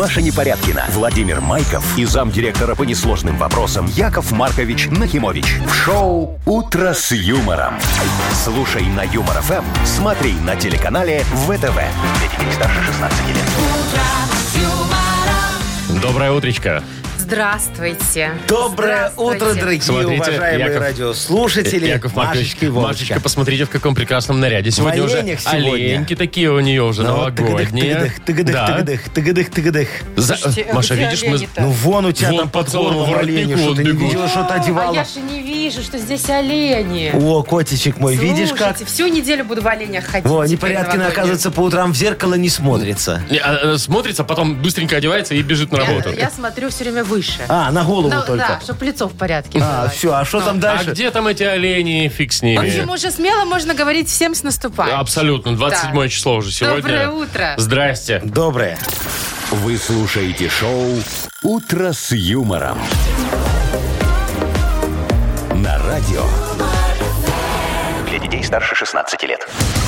Маша Непорядкина, Владимир Майков и замдиректора по несложным вопросам Яков Маркович Нахимович. В шоу «Утро с юмором». Слушай на Юмор ФМ, смотри на телеканале ВТВ. Для детей старше 16 лет. Доброе утречко. Здравствуйте. Доброе утро, дорогие, Смотрите, уважаемые Яков- радиослушатели. Яков Маркович, Машечка и Вовочка. Машечка, посмотрите, в каком прекрасном наряде. Сегодня В уже оленях сегодня. оленьки такие у нее уже новогодние. Тыгадых. Слушайте, Маша, где видишь, мы... олени-то? Ну вон у тебя Вон там по под целому горлом олени, воротнику что ты не бегут. видела, что ты А одевала? я же не вижу, что здесь олени. О, котичек мой, видишь как? Слушайте, всю неделю буду в оленях ходить. Во, теперь Непорядкина, новогоднюю. оказывается, по утрам в зеркало не смотрится. Смотрится, потом быстренько одевается и бежит на работу. Я смотрю все время выше. А, на голову Ну, только. да, чтобы лицо в порядке А, было. все, а что там А дальше? где там эти олени? Фиг с В общем, ними. уже смело можно говорить всем с наступанием. Абсолютно. 27 число уже сегодня. Доброе утро. Здрасте. Доброе. Вы слушаете шоу «Утро с юмором». На радио. Для детей старше 16 лет.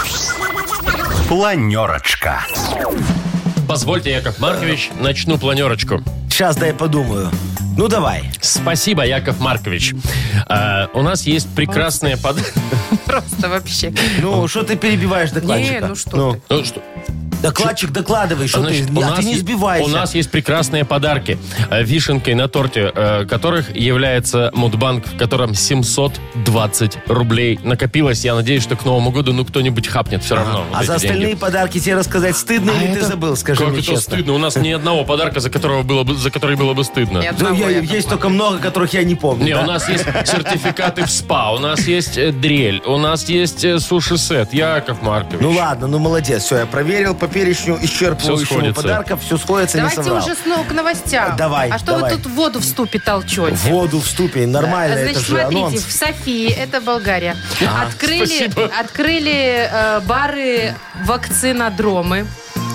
Планерочка. Позвольте, Яков Маркович, начну планерочку. Сейчас дай подумаю. Ну, давай. Спасибо, Яков Маркович. У нас есть прекрасные подарки. Просто вообще. Ну, что ты перебиваешь докладчика? Не, ну что ты. Ну что? Докладчик, докладывай, что Значит, ты... А ты не сбивайся. у нас есть прекрасные подарки. Вишенкой на торте, которых является Мудбанк, в котором 720 рублей накопилось. Я надеюсь, что к Новому году кто-нибудь хапнет все равно. вот А эти за остальные деньги. подарки тебе рассказать стыдно или ты забыл, скажи Как мне это честно. стыдно? У нас ни одного подарка, за который было бы стыдно. Ни Ну, одного, Яков есть только много, которых я не помню. Не, да? у нас есть сертификаты в СПА, у нас есть дрель, у нас есть суши-сет. Яков Маркович. Ну ладно, ну молодец. Все, я проверил по перечню исчерпывающему сходится. подарков. Все сходится, Давайте не соврал. уже снова к новостям. Давай, А что давай. вы тут в воду в ступе толчете? В воду в ступе. Нормально, Значит, это же смотрите, анонс. в Софии, это Болгария, спасибо. открыли бары вакцинодромы.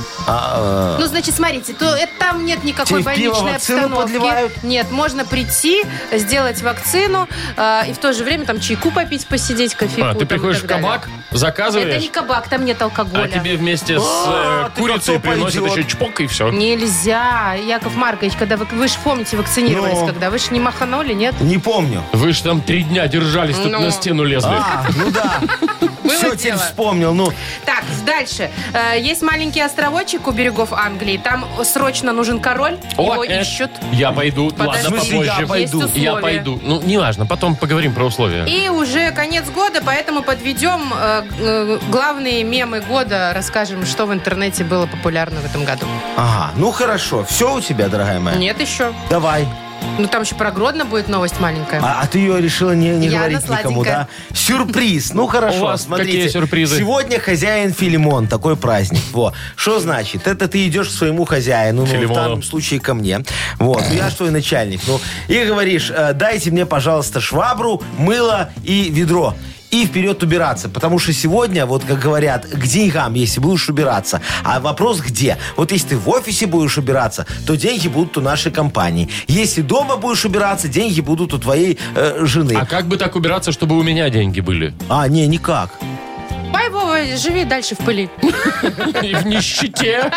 Ну, значит, смотрите, там нет никакой Тебе в пиво больничной вакцину обстановки. подливают? Нет, можно прийти, сделать вакцину и в то же время там чайку попить, посидеть, кофейку. Ты там, приходишь и в так далее. кабак, заказываешь, Это не кабак, там нет алкоголя. а тебе вместе с ты курицей как-то приносят пойдет. еще чпок и все. Нельзя. Яков Маркович, когда вы же помните, вакцинировались Ну. когда? Вы же не маханули, нет? Не помню. Вы же там 3 дня держались, тут Ну. на стену лезли. Ну да. Все, теперь дело. вспомнил. Ну, Так, дальше. Есть маленький островочек у берегов Англии. Там срочно нужен король. Его ищут. Я пойду. Подожди. Ладно, В смысле, попозже. я пойду? Есть Я условия. пойду. Ну, неважно, потом поговорим про условия. И уже конец года, поэтому подведем главные мемы года. Расскажем, что в интернете было популярно в этом году. ага. Ну хорошо. Все у тебя, дорогая моя? Нет еще. Давай. Ну, там еще про Гродно будет новость маленькая. А ты ее решила не Я говорить она никому, сладенькая. да? Сюрприз. Ну хорошо, У вас смотрите. какие сюрпризы? Сегодня хозяин Филимон, такой праздник. Во. Что значит? Это ты идешь к своему хозяину, ну, в Филимону. данном случае ко мне. Вот. Ну, я ж твой начальник. Ну, и говоришь, дайте мне, пожалуйста, швабру, мыло и ведро. И вперед убираться. Потому что сегодня, вот как говорят, к деньгам, если будешь убираться. А вопрос где? Вот если ты в офисе будешь убираться, то деньги будут у нашей компании. Если дома будешь убираться, деньги будут у твоей жены. А как бы так убираться, чтобы у меня деньги были? Не, никак. Пой, Вова, живи дальше в пыли. И в нищете.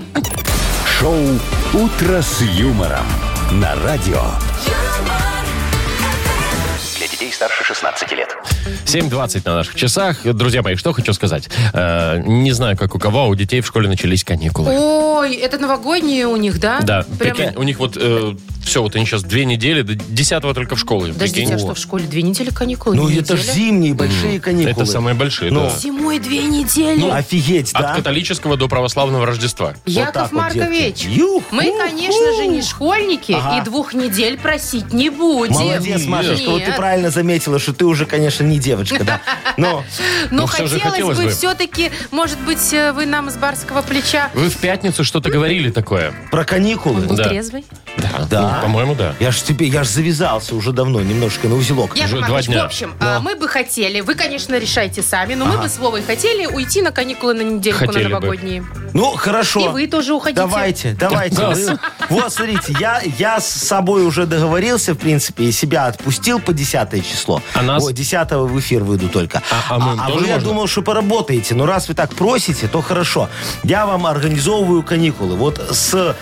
Шоу «Утро с юмором». На радио. Для детей старше 16 лет. 7:20 на наших часах. Друзья мои, что хочу сказать. Не знаю, как у кого, а у детей в школе начались каникулы. Ой, это новогодние у них, да? Да, Прям... прикинь, у них вот все, вот они сейчас 2 недели, до 10-го только в школу. Подождите, прикинь. а что в школе 2 недели каникулы? Ну, Не это же неделя? зимние большие каникулы. Это самые большие, Ну, да. Зимой 2 недели. Ну, офигеть, От да? католического до православного Рождества. Яков так вот, Маркович, детки. Юху. мы, конечно же, не школьники Ага. и 2 недель просить не будем. Молодец, Нет. Машечка, вот ты Нет. правильно заметила, что ты уже, конечно, не девочка, да. Но Но Ну, всё же хотелось хотелось бы бы. все-таки, может быть, вы нам с барского плеча... Вы в пятницу что-то говорили такое? про каникулы. Да. Трезвый? Да. Да. По-моему, да. Я ж завязался уже давно, немножко на узелок. Яков Уже 2 Маркович, дня. в общем, мы бы хотели, вы, конечно, решайте сами, но мы бы с Вовой хотели уйти на каникулы на недельку, Хотели на бы. новогодние. Ну, хорошо. И вы тоже уходите. Давайте. Класс. Вот, смотрите, я с собой уже договорился, в принципе, и себя отпустил по 10 число. А нас? Вот, 10 в эфир выйду только. А мы тоже вы, я можно? думал, что поработаете. Но раз вы так просите, то хорошо. Я вам организовываю каникулы. Вот с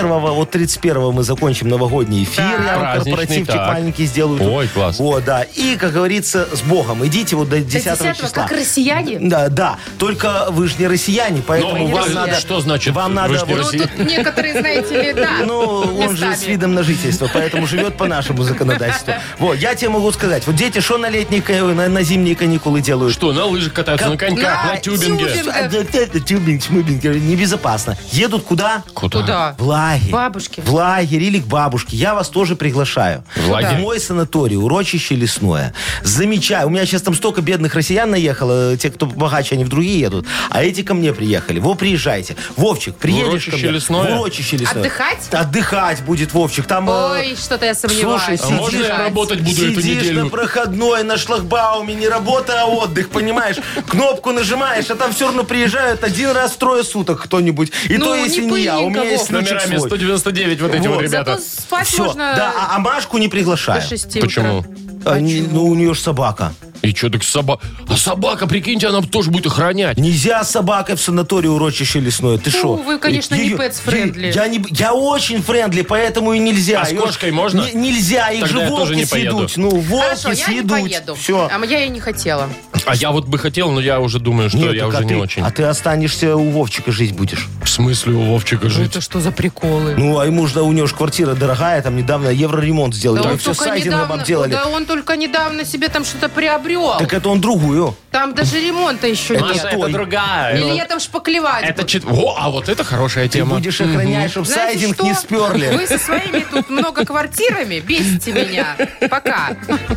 31 мы закончим новогодний эфир. Так. Я вам Праздничный, корпоративчик так. маленький сделаю. Ой, класс. Вот, да. И, как говорится, с Богом. Идите вот до 10 10-го, числа. как россияне? Да. Только вы же не россияне, поэтому Ну, вам не надо... россияне. Что значит, Вам вы надо... ж не вот- Ну, россияне? тут некоторые, знаете ли, да, Ну, он же местами. с видом на жительство, поэтому живет по нашему законодательству. Вот, я тебе могу сказать, вот дети что на на зимние каникулы делают? Что, на лыжах катаются, на коньках, на тюбинге? Тюбинг, шмубинг, небезопасно. Едут куда? Куда? В лагерь. Бабушке. В лагерь или к бабушке. Я вас тоже приглашаю. В лагерь? В мой санаторий, урочище лесное. Замечаю. У меня сейчас там столько бедных россиян наехало. Те, кто богаче, они в другие едут. А эти ко мне приехали. Во, приезжайте. Вовчик, приедешь ко урочище мне? лесное? В урочище лесное. Отдыхать? Отдыхать будет, Вовчик. Там... Ой, что-то я сомневаюсь. Слушай, А можно я работать буду эту Сидишь неделю? на проходной, на шлагбауме, не работа, а отдых, понимаешь? Кнопку нажимаешь, а там все равно приезжают один раз в 3 суток кто-нибудь. И Ну, то, если не не я. У меня пылинка, есть С номерами случай свой. 199 вот эти Вот. вот ребята. Зато спать Все, можно да, а Машку не до приглашаю. 6 Почему? утра. Ну, у нее же собака. И что, так собака... А собака, прикиньте, она тоже будет охранять. Нельзя с собакой в санаторий урочище лесное. Ты что? вы, конечно, не pets-friendly. Я очень френдли, поэтому и нельзя. А с Её кошкой ж можно? Нельзя, их Тогда же я тоже волки не поеду. съедут. Ну, волки Хорошо, я не съедут. поеду. Все. А я и не хотела. А я вот бы хотел, но я уже думаю, что Нет, я так уже а не ты- очень. А ты останешься у Вовчика жить будешь. В смысле у Вовчика Ну, жить? это что за приколы? Ну, а ему же, у него же квартира дорогая, там недавно евроремонт сделали. Да Там он все только сайдингом недавно, обделали. да он только недавно себе там что-то приобрел. Так это он другую. Там даже ремонта еще Маша, нет. это другая. Или я там шпаклевать Это буду. О, а вот это хорошая Ты тема. будешь охранять, чтобы Знаете сайдинг что? не сперли. Вы со своими тут много квартирами бесите меня. Пока.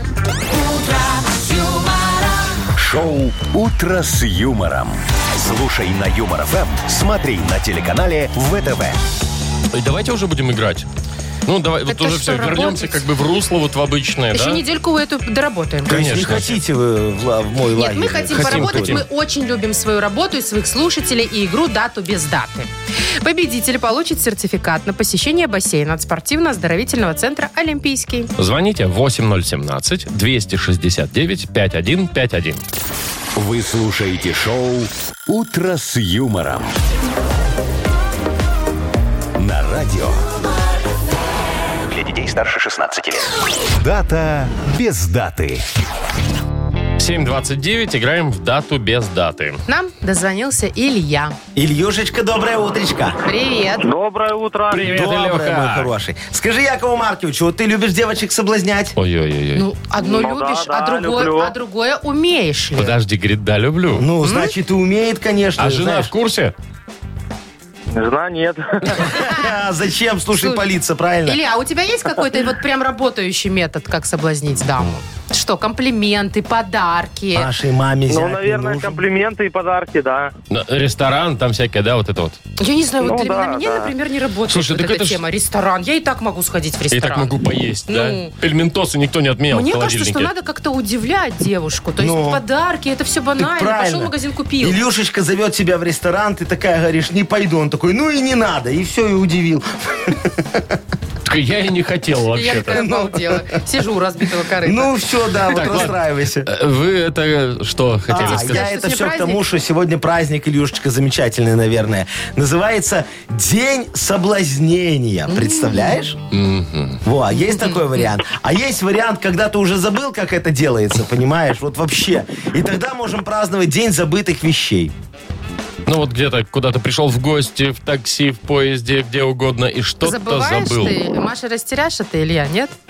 Шоу «Утро с юмором». Слушай на Юмор ФМ, смотри на телеканале ВТВ. Ой, давайте уже будем играть. Ну, давай, вот Это уже что, все, вернемся работать? как бы в русло, вот в обычное, Еще да? недельку вы эту доработаем. То есть не Конечно. хотите вы в мой Нет, лагерь? мы хотим поработать. Мы очень любим свою работу и своих слушателей и игру «Дату без даты». Победитель получит сертификат на посещение бассейна от спортивно-оздоровительного центра «Олимпийский». Звоните 8017-269-5151. Вы слушаете шоу «Утро с юмором». На радио. Для детей старше 16 лет. Дата без даты. 7:29, играем в дату без даты. Нам дозвонился Илья. Ильюшечка, доброе утречко. Привет. Доброе утро. Привет, Доброе, мой Илюха. хороший. Скажи, Якову Марковичу, вот ты любишь девочек соблазнять? Ой-ой-ой. Ну, одно Ну любишь, да, люблю. а другое умеешь ли? Подожди, говорит, да, люблю. Ну, значит, и умеет, конечно. А жена знаешь. в курсе? Жена нет. А зачем? Слушай, Слушай, палиться, правильно? Илья, а у тебя есть какой-то вот прям работающий метод, как соблазнить даму? Что, комплименты, подарки? Нашей маме зять Ну, не наверное, нужен. комплименты и подарки, да. Ресторан, там всякое, да, вот это вот. Я не знаю, вот Ну для да, на меня, да. например, не работает Слушай, вот так эта это ж- тема. Ресторан. Я и так могу сходить в Я ресторан. так могу поесть, Ну. да? Пельментосы никто не отменял Мне в кажется, холодильнике. что надо как-то удивлять девушку. То есть Ну. подарки, это все Так банально. правильно. Пошел в магазин, купил. Илюшечка зовет тебя в ресторан, ты такая говоришь, не пойду. Он такой, ну и не надо. И все, и удивил. Так я и не хотел Я вообще-то. такая обалдела. Сижу у разбитого корыта. Ну все, да, вот Так, ладно. расстраивайся. Вы это что хотели Я сказать? это Что, все сегодня к тому, праздник? что сегодня праздник, Илюшечка, замечательный, наверное. Называется День соблазнения. Представляешь? Во, есть такой вариант. А есть вариант, когда ты уже забыл, как это делается, понимаешь? Вот вообще. И тогда можем праздновать День забытых вещей. Ну вот где-то куда-то пришел в гости, в такси, в поезде, где угодно, и что-то Забываешь забыл. ты? Маша растеряша ты, Илья, нет?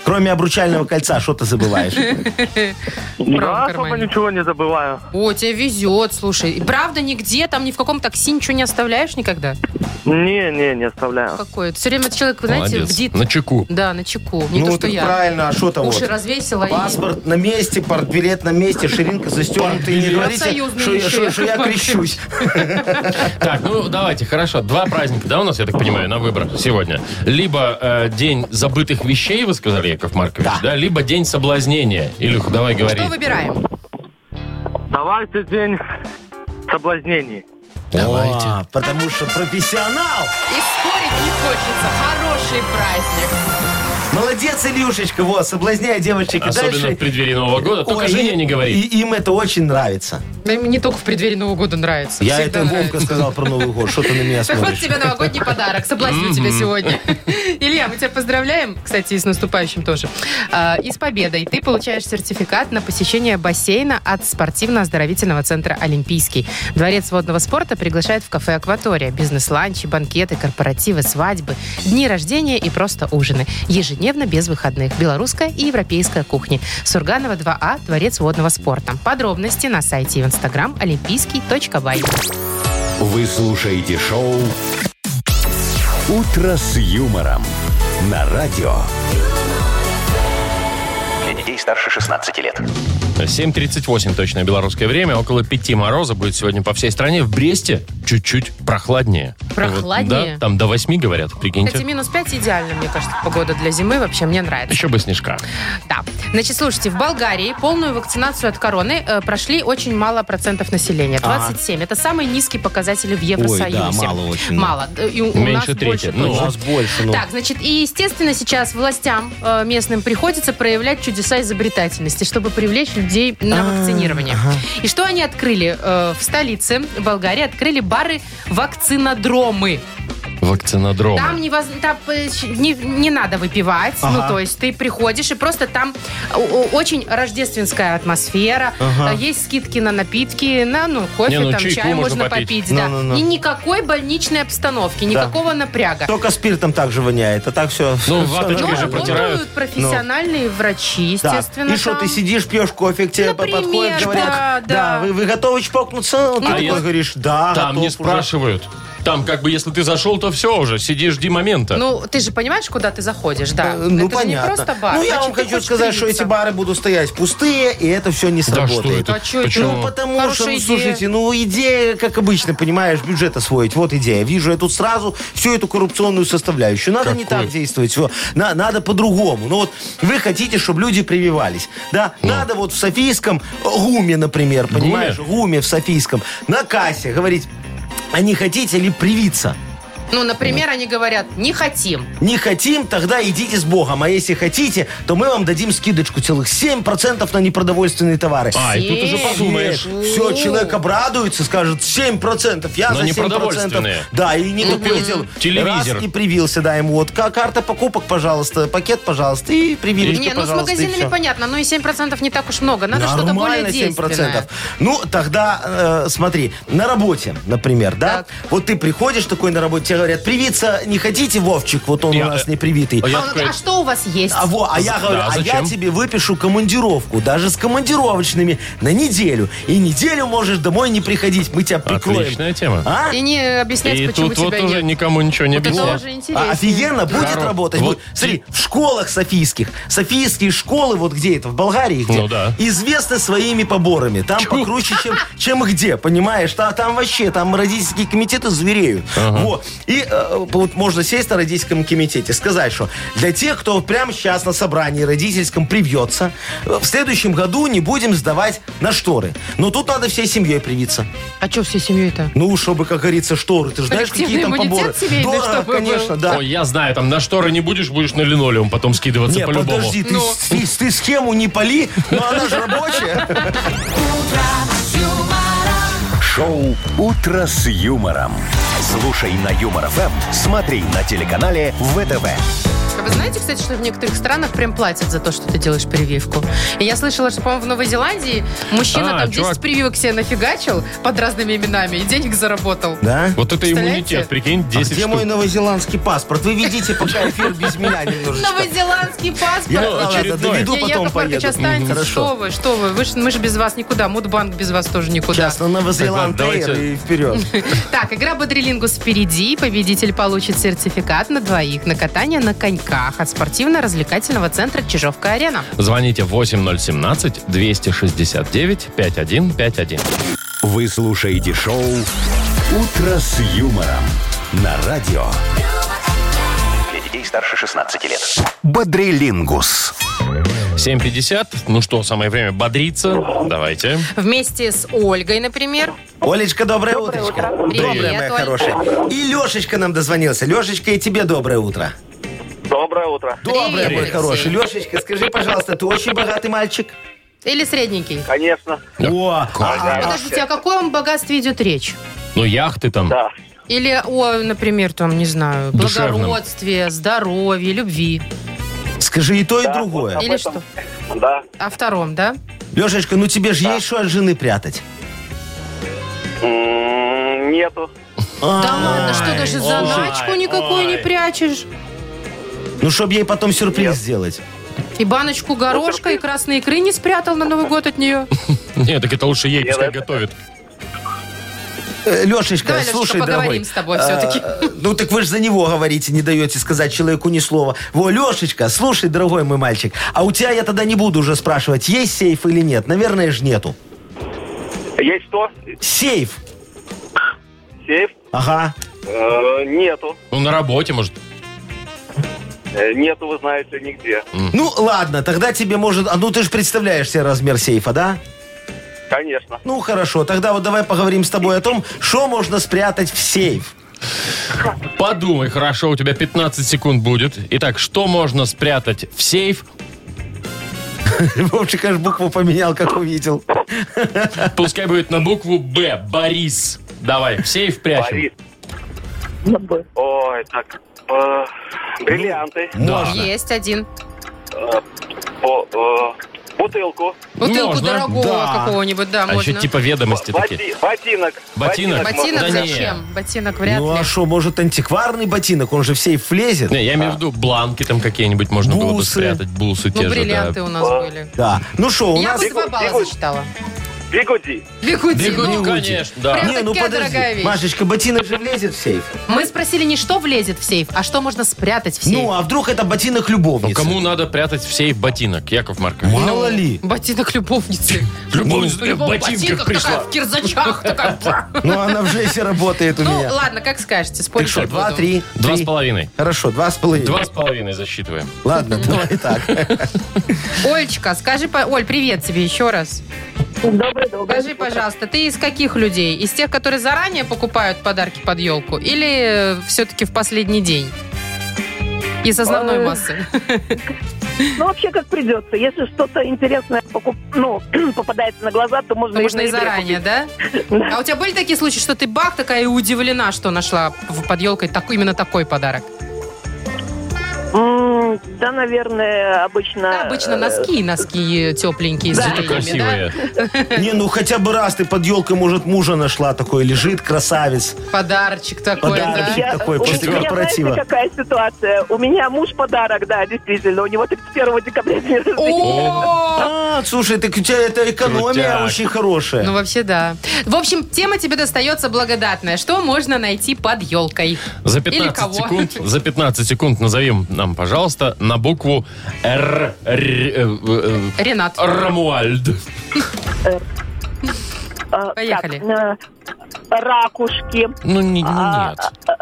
Кроме обручального кольца, что ты забываешь? Да, в особо кармане. ничего не забываю. О, тебе везет, слушай. И правда нигде, там ни в каком такси ничего не оставляешь никогда? Не оставляю. Какое? Все время человек, вы знаете, Молодец. бдит. На чеку. Да, на чеку. Не Ну, то, что так я. правильно, а что там Уши вот? развесила. Паспорт на месте, портбилет на месте, ширинка застегнута. И не говорите, Профсоюзный что еще, я Яков крещусь. Так, ну давайте, хорошо. 2 праздника, да, у нас, я так понимаю, на выбор сегодня. Либо день забытых вещей, вы сказали, Яков Маркович, да? Либо день соблазнения. Илюх, давай говори. Что выбираем? Давайте день соблазнений. Давайте. О, потому что профессионал. И спорить не хочется. Хороший праздник. Молодец, Илюшечка, вот, соблазняя девочек. И Особенно дальше... в преддверии Нового года. Только Ой, жене не говори. и им это очень нравится. Да, им не только в преддверии Нового года нравится. Я Всегда это нравится. Вовка сказал про Новый год. Что ты на меня Так вот смотришь? тебе новогодний подарок. Соблазню тебя сегодня. Илья, мы тебя поздравляем, кстати, и с наступающим тоже. И с победой. Ты получаешь сертификат на посещение бассейна от спортивно-оздоровительного центра «Олимпийский». Дворец водного спорта приглашает в кафе «Акватория». Бизнес-ланчи, банкеты, корпоративы, свадьбы, дни рождения и просто ужины. Ежедневно без выходных. Белорусская и европейская кухни. Сурганова 2А, Дворец водного спорта. Подробности на сайте и в инстаграм олимпийский.бай. Вы слушаете шоу «Утро с юмором» на радио. Для детей старше 16 лет. 7:38 точное белорусское время. Около 5 мороза будет сегодня по всей стране. В Бресте чуть-чуть прохладнее. Прохладнее? Да, там до 8 говорят, прикиньте. Кстати, -5 идеально, мне кажется, погода для зимы. Вообще, мне нравится. Еще бы снежка. Да. Значит, слушайте, в Болгарии полную вакцинацию от короны прошли очень мало процентов населения. 27. Это самый низкий показатель в Евросоюзе. Ой, да, мало очень. Мало. И у Меньше нас трети. больше Ну, У точно. нас больше, ну. Так, значит, и, естественно, сейчас властям местным приходится проявлять чудеса изобретательности, чтобы привлечь людей на вакцинирование. И что они открыли? В столице Болгарии открыли бары-вакцинодромы. Вакцинодром. Там не надо выпивать. Ага. Ну, то есть ты приходишь, и просто там очень рождественская атмосфера. Есть скидки на напитки, на кофе, Не, там, чайку чай можно можно попить. попить. Да. Ну-ну-ну. И никакой больничной обстановки, никакого напряга. Только спиртом так же воняет, а так все. Ну, ваточкой Но же протирают. работают профессиональные врачи, Да. естественно. И что, там. ты сидишь, пьешь кофе, к тебе Например, подходят, говорят, да. вы готовы чпокнуться? Вот ты А такой если- говоришь, да, Там готов не уже. спрашивают. Там как бы, если ты зашел, то все уже. Сиди, жди момента. Ну, ты же понимаешь, куда ты заходишь, да? Ну, это же не понятно. просто бар. Ну, я Значит, вам ты хочу хочешь сказать, что привиться. эти бары будут стоять пустые, и это все не Да что сработает. это? А чё это? Почему? Ну, потому Хорошая что, ну, идея. слушайте, идея, как обычно, понимаешь, бюджет освоить. Вот идея. Вижу я тут сразу всю эту коррупционную составляющую. Надо не Какой? так действовать. Всё. Надо по-другому. Ну, вот вы хотите, чтобы люди прививались. Да? Надо вот в Софийском ГУМе, например, понимаешь? ГУМе в Софийском. На кассе говорить, а не хотите ли привиться? Ну, например, они говорят, не хотим. Не хотим, тогда идите с Богом. А если хотите, то мы вам дадим скидочку целых 7% на непродовольственные товары. А, и тут уже подумаешь. Все, человек обрадуется, скажет 7%, я Но за не 7%. продовольственные. Да, и не Купил делал. телевизор. Раз и привился, да, ему вот карта покупок, пожалуйста, пакет, пожалуйста, и прививочка, Не, ну с пожалуйста, и магазинами всё. понятно, но и 7% не так уж много. Надо что-то более Нормально, действенное. 7%. Ну, тогда, смотри, на работе, например, да? Так. Вот ты приходишь такой на работе, тебе говорят, привиться не хотите, Вовчик? Вот он Я- у нас не привитый. Я А, такой, а что у вас есть? А я говорю, Да, а я зачем? тебе выпишу командировку, даже с командировочными, на неделю. И неделю можешь домой не приходить, мы тебя прикроем. Отличная тема. А? И не объяснять, И почему тут вот тебя уже нет. никому ничего не Вот это объяснят. уже интересно. Офигенно, будет Здорово. работать. Вот будет. Смотри, в школах софийских. Софийские школы, вот где это, в Болгарии, где? Ну да. Известны своими поборами. Там покруче, чем где, понимаешь? Там вообще, там родительские комитеты звереют. Вот. И вот можно сесть на родительском комитете, сказать, что для тех, кто вот прямо сейчас на собрании родительском привьется, в следующем году не будем сдавать на шторы. Но тут надо всей семьей привиться. А что всей семьей-то? Ну, чтобы, как говорится, шторы. Ты же знаешь, какие там Коллективный поборы? иммунитет семейный, Дорого, чтобы конечно, был. да. Ой, я знаю, там на шторы не будешь на линолеум потом скидываться Не, по-любому. подожди, ты, Ну. ты схему не пали, но она же рабочая. Шоу «Утро с юмором». Слушай на Юмор ФМ, смотри на телеканале ВТВ. Вы знаете, кстати, что в некоторых странах прям платят за то, что ты делаешь прививку? И я слышала, что, по-моему, в Новой Зеландии мужчина там 10 чувак. прививок себе нафигачил под разными именами и денег заработал. Да? Вот это Представляете? иммунитет, прикинь, А 10 где штук. мой новозеландский паспорт? Вы ведите пока эфир без меня немножечко. Новозеландский паспорт. Я, Ну, ладно, очередной. доведу, Не, потом Яков Маркович, поеду. останьтесь. Хорошо. Что вы? Мы же без вас никуда. Мудбанк без вас тоже никуда. Сейчас на Новозеланд Так, ладно, Эйр и вперед. Так, игра «Бодрилингус» впереди. Победитель получит сертификат на двоих на катание на коньках от спортивно-развлекательного центра «Чижовка-арена». Звоните 8017-269-5151. Вы слушаете шоу «Утро с юмором» на радио. Для детей старше 16 лет. Бодрилингус. 7:50. Ну что, самое время бодриться. Давайте. Вместе с Ольгой, например. Олечка, доброе утречко. Привет, Доброе, моя Оль. хорошая. И Лешечка нам дозвонился. Лешечка, и тебе доброе утро. Доброе утро. Доброе, мой Алексей. хороший. Лешечка, скажи, пожалуйста, ты очень богатый мальчик? Или средненький? Конечно. О, Подождите, о каком богатстве идет речь? Ну, яхты там. Да. Или о, например, там, не знаю, Душевном. благородстве, здоровье, любви. скажи и то, и Да, другое. вот Или об этом. что? Да. О втором, да? Лешечка, ну тебе же есть что от жены прятать? Нету. Да ладно, что даже заначку никакую не прячешь? Ну, чтобы ей потом сюрприз Нет. сделать. И баночку горошка, и красной икры не спрятал на Новый год от нее? Нет, так это лучше ей, Нет, пускай это- готовит. Лешечка, Давай, Лешечка, слушай, поговорим дорогой. с тобой все-таки. Ну, так вы же за него говорите, не даете сказать человеку ни слова. Во, Лешечка, слушай, дорогой мой мальчик, а у тебя я тогда не буду уже спрашивать, есть сейф или нет. Наверное же нету. Есть что? Сейф. Сейф? Ага. Нету. Ну, на работе, может. Нету, вы знаете, нигде. Ну, ладно, тогда тебе может... А ну, ты же представляешь себе размер сейфа, да? Конечно. Ну, хорошо, тогда вот давай поговорим с тобой о том, что можно спрятать в сейф. Подумай, хорошо, у тебя 15 секунд будет. Итак, что можно спрятать в сейф? Вовчик аж букву поменял, как увидел. Пускай будет на букву Б. Борис. Давай, в сейф прячем. Борис. Ой, так. Бриллианты. Да. Есть один. Бутылку. Бутылку Можно. дорогого Да. какого-нибудь, да, А можно. еще типа ведомости такие. Ботинок. Ботинок? Ботинок Да не. зачем? Ботинок вряд Ну, ли. а что, может, антикварный ботинок? Он же в сейф влезет. Не, я имею в виду бланки там какие-нибудь можно было бы Бусы. спрятать. Бусы те Ну, же, бриллианты да. у нас были. Да. Ну что, у Я нас... бы 2 балла Бегут. засчитала. Бигуди. Бегуди, Бегуди, ну, конечно, да. Прям Не, ну такая подожди. дорогая вещь. Машечка, ботинок же влезет в сейф. Мы спросили не что влезет в сейф, а что можно спрятать в сейф. Ну, а вдруг это ботинок Ну, любовницы? кому надо прятать в сейф ботинок, Яков Маркович? Мало ли. Ботинок любовницы. Любовница В любом в ботинках пришла. такая, в кирзачах такая. Ну, она в жесте работает у Ну, меня. ладно, как скажете, Так спорить что, не 2, буду. 3? 2,5. Хорошо, 2,5. 2,5 засчитываем. Ладно, давай так. Олечка, скажи, Оль, привет тебе еще раз. Добрый. Скажи, пожалуйста, ты из каких людей? Из тех, которые заранее покупают подарки под елку? Или все-таки в последний день? Из основной массы? Ну, вообще, как придется. Если что-то интересное попадается на глаза, то можно, Ну, можно и в ноябре заранее, да? Да. А у тебя были такие случаи, что ты бах, такая и удивлена, что нашла под елкой именно такой подарок? Да, наверное, обычно... Да, обычно носки тепленькие с Да. желейными, да? Красивые. Не, ну хотя бы раз ты под елкой, может, мужа нашла, такой лежит, красавец. Подарочек такой, Подарочек. да. такой, после у меня, корпоратива. знаете, какая ситуация? У меня муж подарок, да, действительно. У него 31 декабря день рождения. О! А, слушай, так у тебя это экономия Крутяк. очень хорошая. Ну, вообще, да. В общем, тема тебе достается благодатная. Что можно найти под елкой? За Или 15 кого? за 15 секунд назови нам, пожалуйста, на букву Р. Ренат. Рамуальд. Поехали. Ракушки. Ну, нет.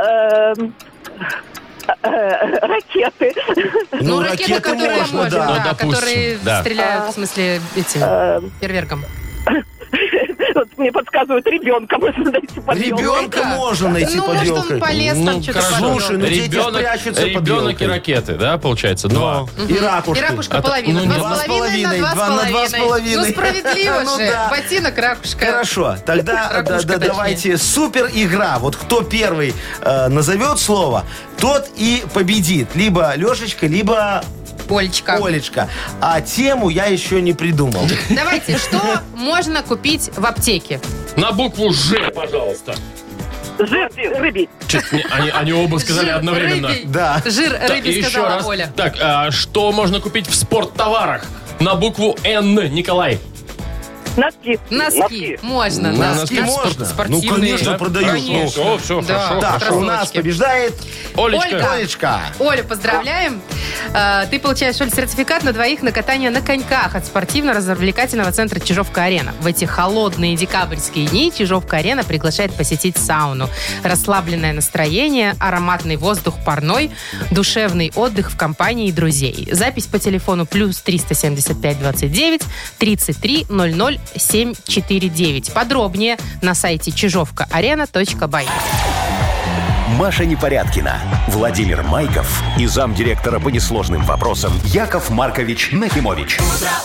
Ракеты. Ну, ракеты, которые можно, можно, да. да, Ну, допустим, которые да. стреляют, в смысле, этим, фейерверком. Вот мне подсказывают, ребенка можно найти под елкой. Ребенка можно найти Ну, под может, елкой. он полез там что-то хорошо. подумал. Слушай, ну дети Ребенок, прячутся под ребенок елкой. и ракеты, да, получается? Два. И ракушки. И ракушка А то- половина. ну, 2,5 на 2,5. Ну, справедливо Ну же. да. Ботинок, ракушка. Хорошо, тогда Ракушка, точнее. давайте супер игра. Вот кто первый назовет слово, тот и победит. Либо Лешечка, либо Олечка. Олечка. А тему я еще не придумал. Давайте, что можно купить в аптеке? На букву «Ж», пожалуйста. Жир рыбий. Они оба сказали Жир одновременно. рыбий. Да. Жир Так, и рыбий, еще сказала раз. Оля. Так, что можно купить в спорттоварах? На букву «Н», Николай. Носки. Носки. Можно. Носки можно? Спортивные. Ну, конечно, да? продают. Конечно. Все, Да. хорошо. Так, Так, у нас кроссовочки. побеждает Олечка. Ольга. Олечка. Оля, поздравляем. Ты получаешь, Оль, сертификат на двоих на катание на коньках от спортивно-развлекательного центра «Чижовка-арена». В эти холодные декабрьские дни «Чижовка-арена» приглашает посетить сауну. Расслабленное настроение, ароматный воздух парной, душевный отдых в компании друзей. Запись по телефону плюс 375 29 33 00 749. Подробнее на сайте чижовкаарена.бай. Маша Непорядкина, Владимир Майков и замдиректора по несложным вопросам Яков Маркович Нахимович.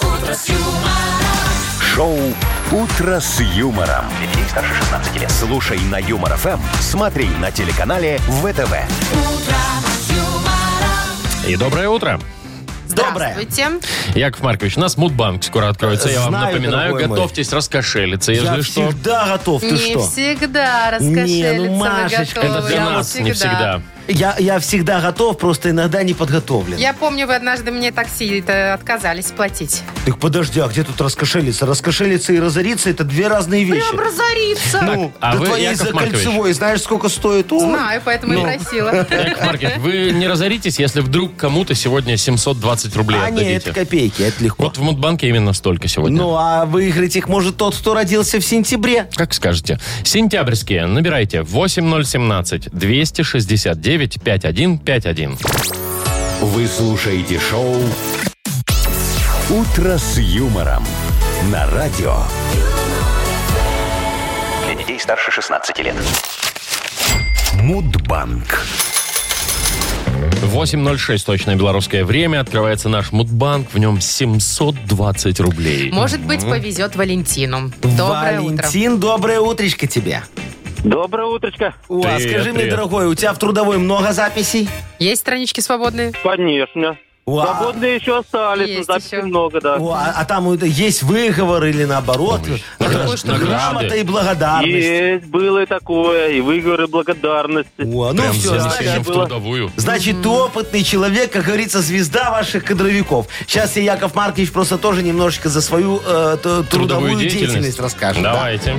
Шоу «Утро с юмором». Для детей старше 16 лет. Слушай на Юмор ФМ, смотри на телеканале ВТВ. И доброе утро. Доброе. Здравствуйте. Яков Маркович, у нас Мудбанк скоро откроется. Я вам Знаю, напоминаю, дорогой мой. готовьтесь раскошелиться, если Я что. всегда готов, ты Не что? всегда раскошелиться Не, ну, вы Машечка, готовы. Это для Я нас не всегда. Я всегда готов, просто иногда не подготовлен. Я помню, вы однажды мне такси отказались платить. Так подожди, а где тут раскошелиться? Раскошелиться и разориться — это две разные вещи. Прям разориться. Ну, а да вы, твоей Яков Маркович? закольцевой, знаешь, сколько стоит? О, Знаю, поэтому и просила. Яков Маркович, вы не разоритесь, если вдруг кому-то сегодня 720 рублей А нет, отдадите. это копейки, это легко. Вот в Мудбанке именно столько сегодня. Ну, а выиграть их может тот, кто родился в сентябре. Как скажете. Сентябрьские. Набирайте 8017-269-5151. Вы слушаете шоу «Утро с юмором» на радио. Для детей старше 16 лет. Мудбанк. 8.06 точное белорусское время. Открывается наш Мудбанк. В нем 720 рублей. Может быть, повезет Валентину. Доброе утро. Валентин, доброе утречко тебе. Доброе утречко. О, а Привет, скажи мне, привет. дорогой, у тебя в трудовой много записей? Есть странички свободные? Конечно. О, а- Свободные еще остались, Есть но записей еще. много, да. О, а там есть выговор или наоборот? Награды. Грамота и благодарность. Есть, было и такое, и выговоры благодарности. О, ну Прям все, с занесением в было. трудовую. Значит, ты опытный человек, как говорится, звезда ваших кадровиков. Сейчас я, Яков Маркович, просто тоже немножечко за свою трудовую деятельность расскажет. да. Давайте.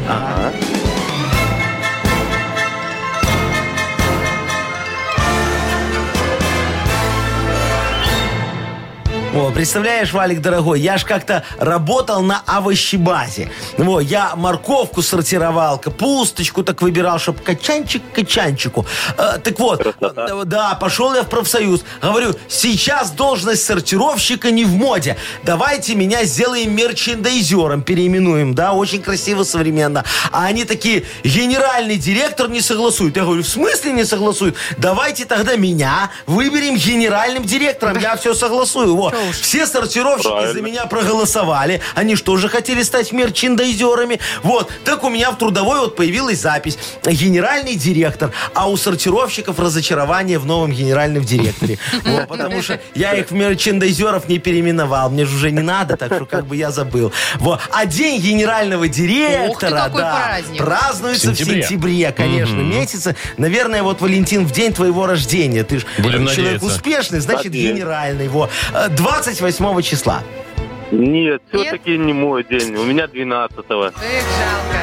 О, представляешь, Валик, дорогой, я ж как-то работал на овощебазе. Во, я морковку сортировал, капусточку так выбирал, чтобы качанчик к качанчику. Так вот, да, пошел я в профсоюз. Говорю, сейчас должность сортировщика не в моде. Давайте меня сделаем мерчендайзером, переименуем, да, очень красиво, современно. А они такие, генеральный директор не согласует. Я говорю, в смысле не согласует? Давайте тогда меня выберем генеральным директором, я все согласую. Во. Все сортировщики за меня проголосовали. Они что же хотели стать мерчендайзерами? Вот. Так у меня в трудовой вот появилась запись. Генеральный директор. А у сортировщиков разочарование в новом генеральном директоре. Вот, потому что я их в мерчендайзеров не переименовал. Мне же уже не надо, так что как бы я забыл. Вот. А день генерального директора, какой да, праздник. празднуется В сентябре. в сентябре, конечно, месяце. Наверное, вот, Валентин, в день твоего рождения. Ты же Будем человек надеяться. успешный, значит, Конечно. генеральный. Во. 28 числа. Нет, все-таки не мой день. У меня 12-го. Эх, жалко.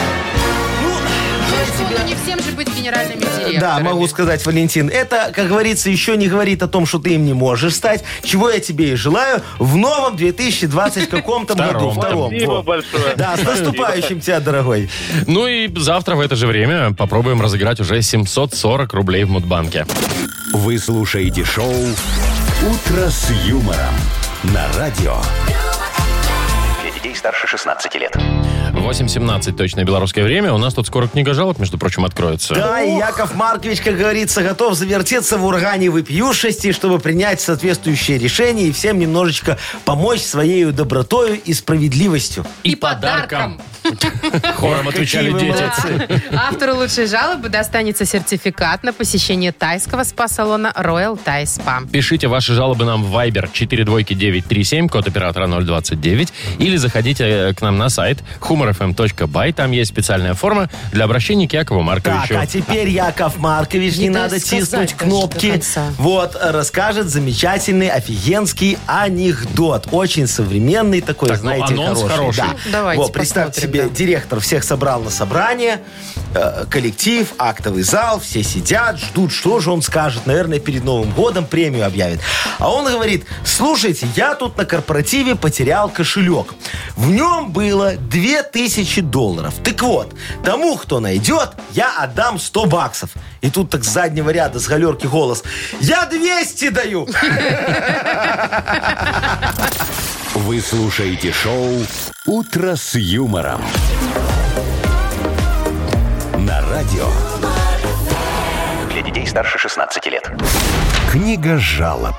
Ну, не всем же быть генеральными директорами. Да, могу сказать, Валентин, это, как говорится, еще не говорит о том, что ты им не можешь стать, чего я тебе и желаю в новом 2020 каком-то году. Втором. Спасибо Во. большое. Да, с наступающим тебя, дорогой. Ну и завтра в это же время попробуем разыграть уже 740 рублей в Мудбанке. Вы слушаете шоу «Утро с юмором» на радио. Для детей старше 16 лет. 8:17 точное белорусское время. У нас тут скоро книга жалоб, между прочим, откроется. Да, и Яков Маркович, как говорится, готов завертеться в урагане вопиюшести, чтобы принять соответствующее решение и всем немножечко помочь своей добротою и справедливостью. И подарком. Хором отвечали Какие вы дети. молодцы. Автору лучшей жалобы достанется сертификат на посещение тайского спа-салона Royal Thai Spa. Пишите ваши жалобы нам в Viber 42937, код оператора 029, или заходите к нам на сайт humorfm.by. Там есть специальная форма для обращения к Якову Марковичу. Так, а теперь Яков Маркович, не Не дай надо сказать тиснуть даже кнопки. до конца. Вот, расскажет замечательный, офигенский анекдот. Очень современный такой, Так, ну, знаете, анонс хороший. хороший. Да. Давайте Вот, представьте посмотрим, себе, директор всех собрал на собрание, коллектив, актовый зал, все сидят, ждут, что же он скажет. Наверное, перед Новым годом премию объявит. А он говорит: слушайте, я тут на корпоративе потерял кошелек. В нем было $2000. Так вот, тому, кто найдет, я отдам $100. И тут так с заднего ряда, с галерки голос: я 200 даю! Вы слушаете шоу «Утро с юмором». На радио. Для детей старше 16 лет. Книга жалоб.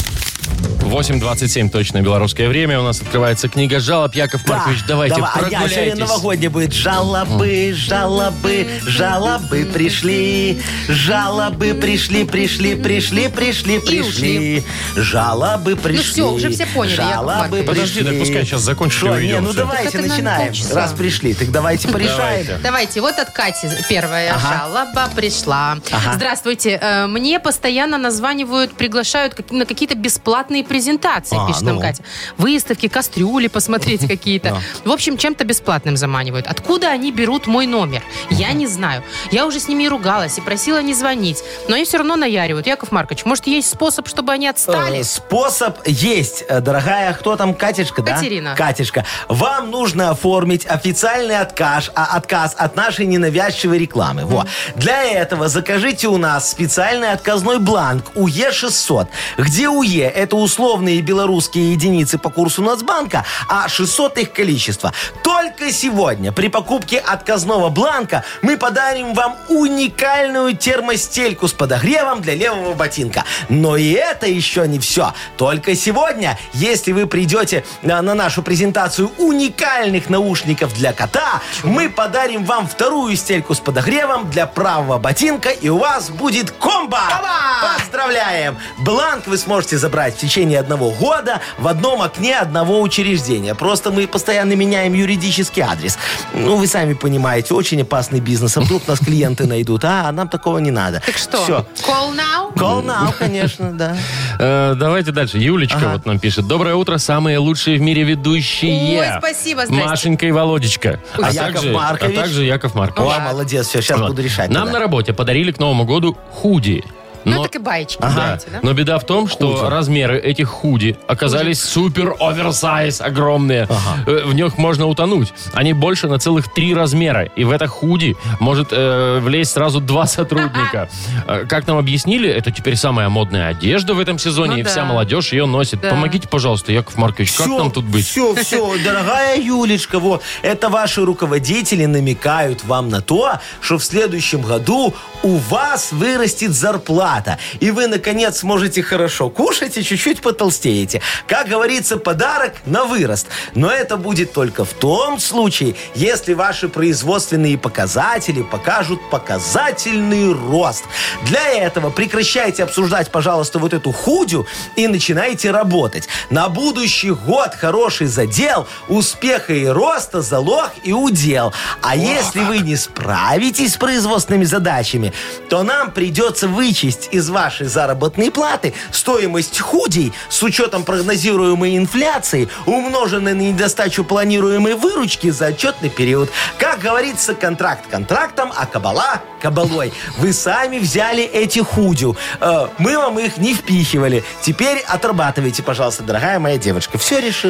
8:27 точное белорусское время. У нас открывается книга жалоб. Яков Маркович, давайте давай. А я сегодня прогуляйтесь. новогодняя будет. Жалобы, жалобы, жалобы пришли. Жалобы пришли, пришли, пришли, пришли, пришли. Жалобы пришли. всё, уже все поняли, Яков Жалобы Маркович. Подожди, пришли. да пускай сейчас закончит и Шо, уйдем. ну всё. давайте Так это на начинаем. полчаса. Раз пришли, так давайте порешаем. Давайте. Давайте, вот от Кати первая Ага. жалоба пришла. Ага. Здравствуйте, мне постоянно названивают, приглашают на какие-то бесплатные презентации, пишет нам ну. Катя. Выставки, кастрюли посмотреть какие-то. В общем, чем-то бесплатным заманивают. Откуда они берут мой номер? Я не знаю. Я уже с ними и ругалась, и просила не звонить. Но они все равно наяривают. Яков Маркович, может, есть способ, чтобы они отстали? Способ есть, дорогая. Кто там, Катюшка, да? Катерина. Катюшка. Вам нужно оформить официальный отказ от нашей ненавязчивой рекламы. Во. Для этого закажите у нас специальный отказной бланк УЕ-600, где УЕ – это условные белорусские единицы по курсу Нацбанка, а 600 их количество. Только сегодня при покупке отказного бланка мы подарим вам уникальную термостельку с подогревом для левого ботинка. Но и это еще не все. Только сегодня, если вы придете на нашу презентацию уникальных наушников для кота, мы подарим вам вторую стельку с подогревом для правого ботинка, и у вас будет комбо! Поздравляем! Бланк вы сможете забрать в течение 1 года в одном окне одного учреждения. Просто мы постоянно меняем юридический адрес. Ну, вы сами понимаете, очень опасный бизнес. А вдруг нас клиенты найдут? А нам такого не надо. Так что, Все. call now? Call now, конечно, да. Давайте дальше. Юлечка вот нам пишет. Доброе утро, самые лучшие в мире ведущие. Ой, спасибо, здрасте. Машенька и Володечка. А Яков Маркович? А также Яков Маркович. О, молодец, все, сейчас Вот. буду решать. Нам тогда. на работе подарили к Новому году худи. Ну, так и баечки, знаете, да? Но беда в том, что размеры этих худи оказались супер оверсайз, огромные. В них можно утонуть. Они больше на целых 3 размера. И в это худи может влезть сразу 2 сотрудника. Как нам объяснили, это теперь самая модная одежда в этом сезоне, Ну и да. вся молодежь ее носит. Да. Помогите, пожалуйста, Яков Маркович, как нам тут быть? Все, дорогая Юлечка, вот, это ваши руководители намекают вам на то, что в следующем году у вас вырастет зарплата, и вы, наконец, сможете хорошо кушать и чуть-чуть потолстеете. Как говорится, подарок на вырост. Но это будет только в том случае, если ваши производственные показатели покажут показательный рост. Для этого прекращайте обсуждать, пожалуйста, вот эту худю и начинайте работать. На будущий год хороший задел, успеха и роста, залог и удел. А если вы не справитесь с производственными задачами, то нам придется вычесть из вашей заработной платы стоимость худей с учетом прогнозируемой инфляции, умноженной на недостачу планируемой выручки за отчетный период. Как говорится, контракт контрактом, а кабала кабалой. Вы сами взяли эти худю. Мы вам их не впихивали. Теперь отрабатывайте, пожалуйста, дорогая моя девочка. Все решил.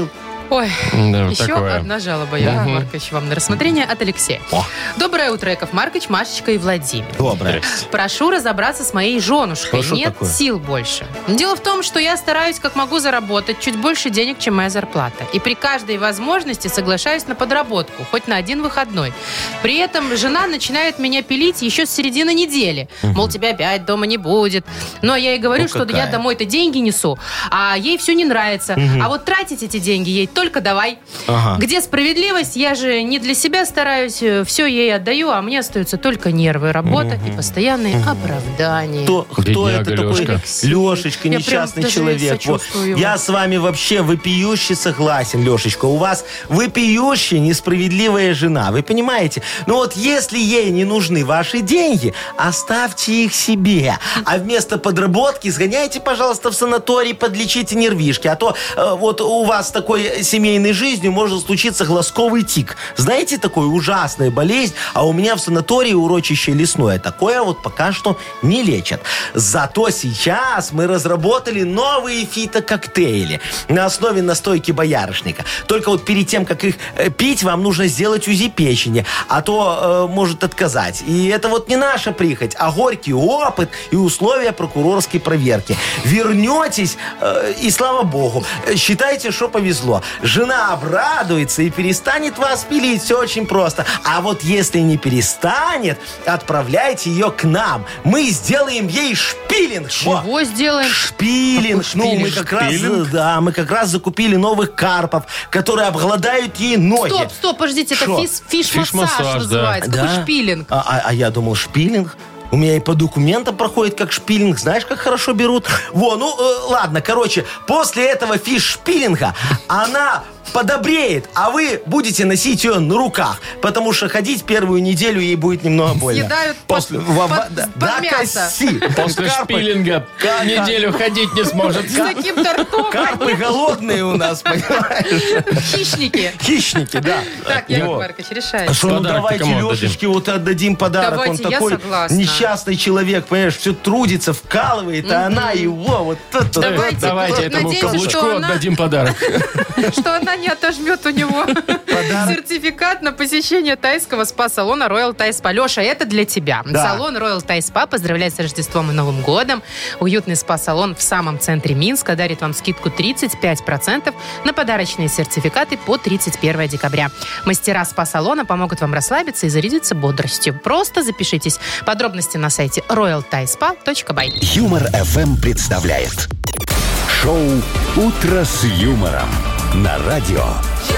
Ой, Да, еще такое. одна жалоба, Яков Маркович, вам на рассмотрение от Алексея. Доброе утро, Яков Маркович, Машечка и Владимир. Доброе. Прошу разобраться с моей женушкой. Что Нет такое? сил больше. Дело в том, что я стараюсь как могу заработать чуть больше денег, чем моя зарплата. И при каждой возможности соглашаюсь на подработку, хоть на один выходной. При этом жена начинает меня пилить еще с середины недели. Мол, тебя опять дома не будет. Но я ей говорю, что какая. я домой-то деньги несу, а ей все не нравится. А вот тратить эти деньги ей только давай. Ага. Где справедливость? Я же не для себя стараюсь, все ей отдаю, а мне остаются только нервы, работа и постоянные оправдания. Кто Бедняга это такой? Лёшка. Лешечка, Я несчастный прям даже человек. сочувствую ему. Я с вами вообще вопиюще согласен, Лешечка. У вас вопиюще несправедливая жена. Вы понимаете? Ну вот если ей не нужны ваши деньги, оставьте их себе. А вместо подработки сгоняйте, пожалуйста, в санаторий, подлечите нервишки. А то вот у вас такой семейной жизнью может случиться глазковый тик. Знаете, такой ужасная болезнь, а у меня в санатории урочище лесное. Такое вот пока что не лечат. Зато сейчас мы разработали новые фитококтейли на основе настойки боярышника. Только вот перед тем, как их пить, вам нужно сделать УЗИ печени, а то может отказать. И это вот не наша прихоть, а горький опыт и условия прокурорской проверки. Вернетесь, и слава богу, считайте, что повезло. Жена обрадуется и перестанет вас пилить. Все очень просто. А вот если не перестанет, отправляйте ее к нам. Мы сделаем ей шпилинг. Чего сделаем? Шпилинг. Какой Ну, мы шпилинг? мы как раз закупили новых карпов, которые обгладают ей ноги. Стоп, подождите, это Шо? фиш-массаж Фиш-массаж, да. называется. Какой Да? шпилинг? А я думал, шпилинг. У меня и по документам проходит как шпилинг. Знаешь, как хорошо берут? Ладно, короче, после этого фиш-шпилинга она подобреет, а вы будете носить ее на руках, потому что ходить первую неделю ей будет немного больно. Съедают После под мясо. коси. После шпилинга неделю ходить не сможет. С таким-то ртом. Карпы голодные у нас, понимаешь? Хищники. Хищники, да. Так, Яков Вот. Маркович, решайте. Что, ну Подарок-то давайте кому отдадим? Лешечке вот отдадим подарок. Давайте, Он я такой согласна. несчастный человек, понимаешь, все трудится, вкалывает, а она его вот это. Давайте. Давайте Вот этому надеемся, каблучку что она- отдадим подарок. Что она не отожмет у него сертификат на посещение тайского спа-салона Royal Thai Spa. Леша, это для тебя. Да. Салон Royal Thai Spa поздравляет с Рождеством и Новым годом. Уютный спа-салон в самом центре Минска дарит вам скидку 35% на подарочные сертификаты по 31 декабря. Мастера спа-салона помогут вам расслабиться и зарядиться бодростью. Просто запишитесь. Подробности на сайте royalthaispa.by. Юмор FM представляет шоу Утро с юмором на радио.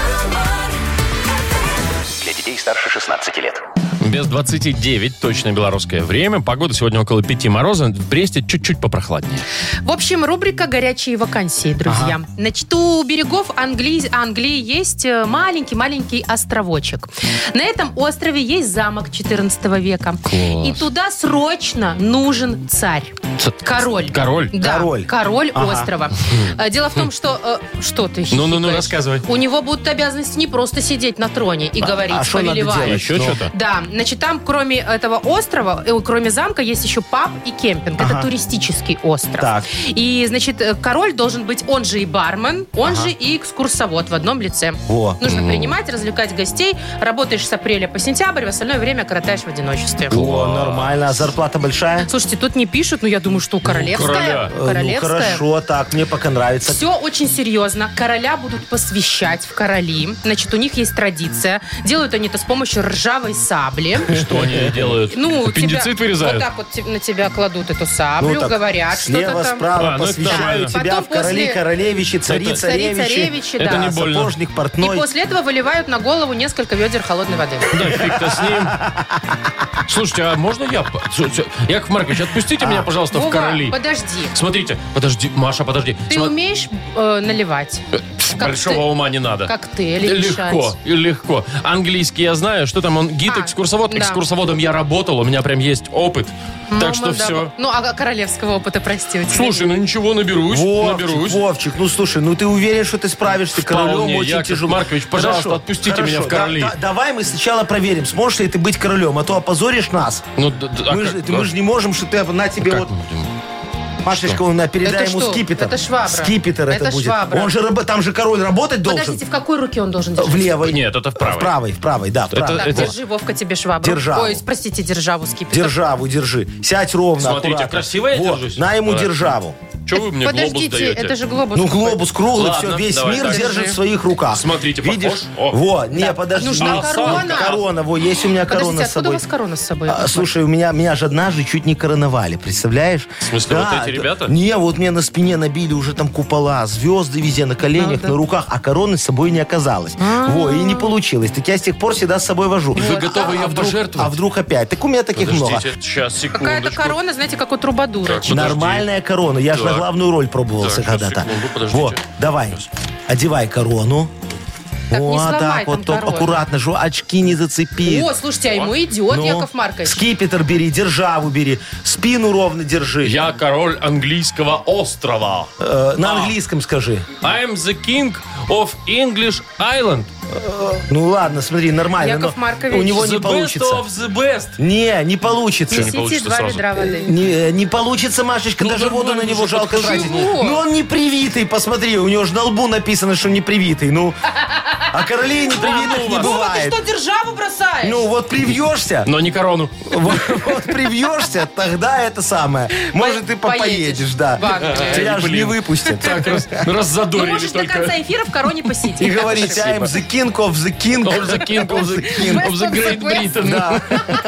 Для детей старше 16 лет. Без 29, точное белорусское время. Погода сегодня около 5 мороза. В Бресте чуть-чуть попрохладнее. В общем, рубрика «Горячие вакансии», друзья. Значит, у берегов Англии есть маленький-маленький островочек. На этом острове есть замок 14 века. Класс. И туда срочно нужен царь. Король. Король? Да, король Ага. острова. Дело в том, что... Что ты Ну, хихикаешь? рассказывай. У него будут обязанности не просто сидеть на троне и говорить, а что надо повелевать. делать? Еще что-то? Да, значит, там кроме этого острова, кроме замка, есть еще паб и кемпинг. Это туристический остров. Так. И, значит, король должен быть, он же и бармен, он же и экскурсовод в одном лице. Во. Нужно принимать, развлекать гостей. Работаешь с апреля по сентябрь, в остальное время коротаешь в одиночестве. О, нормально. А зарплата большая? Слушайте, тут не пишут, но я думаю, что королевская. короля. Королевская. Ну, хорошо, так, мне пока нравится. Все очень серьезно. Короля будут посвящать в короли. Значит, у них есть традиция. Делают они это с помощью ржавой сабли. Что они делают? Ну, Аппендицит тебя, вырезают? вот так вот на тебя кладут эту саблю, Ну, так говорят слева, что-то там. справа А, ну, это посвящаю нормально. тебя Потом в короли, после- королевичи, цари, Это- царевичи. Царевичи, Это да. не больно. Сапожник, И портной. после этого выливают на голову несколько ведер холодной воды. Да фиг-то с ним. Слушайте, а можно я... Яков Маркович, отпустите меня, пожалуйста, в Вова, короли. подожди. Смотрите, подожди, Маша, подожди. Ты умеешь наливать? как Большого ты- ума не надо. Коктейли Легко, мешать? легко. Английский я знаю, что там он гид-экскурсовод. да. Экскурсоводом я работал, у меня прям есть опыт. Так Мама, что да. все. Ну, а королевского опыта, прости, у тебя Слушай, нет. ну ничего, наберусь. Вовчик, ну слушай, ну ты уверен, что ты справишься? Королем Вполне. очень Яков тяжело. Маркович, пожалуйста, Хорошо, отпустите меня в короли. Давай мы сначала проверим, сможешь ли ты быть королем, а то опозоришь нас. Ну, Мы же не можем, что ты на тебе как вот... мы будем? Машечка, передай Это ему что? скипетр. Это швабра. Скипетр это Это будет. швабра. Он же, там же король работать должен. Подождите, в какой руке он должен держать? В левой. Нет, это в правой. В правой, да. в правой. Так, это- держи, Вовка, тебе швабру. Державу. Ой, простите, державу скипетр. Державу держи. Сядь ровно, Смотрите, аккуратно. красиво я Вот, держусь? на ему Хорошо. державу. Что вы мне глобус Подождите, даете? это же глобус. Ну, какой. глобус круглый, Ладно, все, весь давай мир так. держит Держи. в своих руках. Смотрите, видишь? похож? О. Вот, не, подожди. нужна Ну, корона. Корона, вот, есть у меня корона Подождите, с откуда у собой. вас корона с собой? Слушай, меня же однажды чуть не короновали, представляешь? В смысле, вот эти ребята? Не, вот мне на спине набили уже там купола, звезды везде, на коленях, Да. на руках, а короны с собой не оказалось. Во, и не получилось. Так я с тех пор всегда с собой вожу. Вы готовы ее вдруг, пожертвовать? а вдруг опять? Так у меня таких много. Подождите, сейчас, секундочку. Какая-то корона, знаете, как у трубадура. Так, подожди. Нормальная корона. Я же на Так. главную роль пробовался Так, сейчас, когда-то. секунду, подождите. Вот, давай. Одевай корону. Так, не Вот сломай так там вот, только корону. аккуратно, что очки не зацепи. О, слушайте, а ему идет, Ну, Яков Маркович. Скипетр бери, державу бери, спину ровно держи. Я король английского острова. На английском скажи. I'm the king of English Island. Ну ладно, смотри, нормально. Яков но Маркович. у него The не best получится. of the best. Не получится. не Несите получится 2 сразу? ведра воды. Не получится, Машечка, Ну, даже воду на нормально него же, жалко так тратить. чего? Ну он не привитый, посмотри, у него же на лбу написано, что не привитый. Ну, а королей непривитых не бывает. Ты что, державу бросаешь? Ну вот привьешься, Но не корону. вот привьешься, тогда это самое. Может, ты поедешь, да. в Англию. Тебя же не блин. выпустят. Так, Ну, раззадорили можешь до только. конца эфира в короне посидеть. И говорить, I'm the king of the king. Of the king of the king of the Great Britain. Да.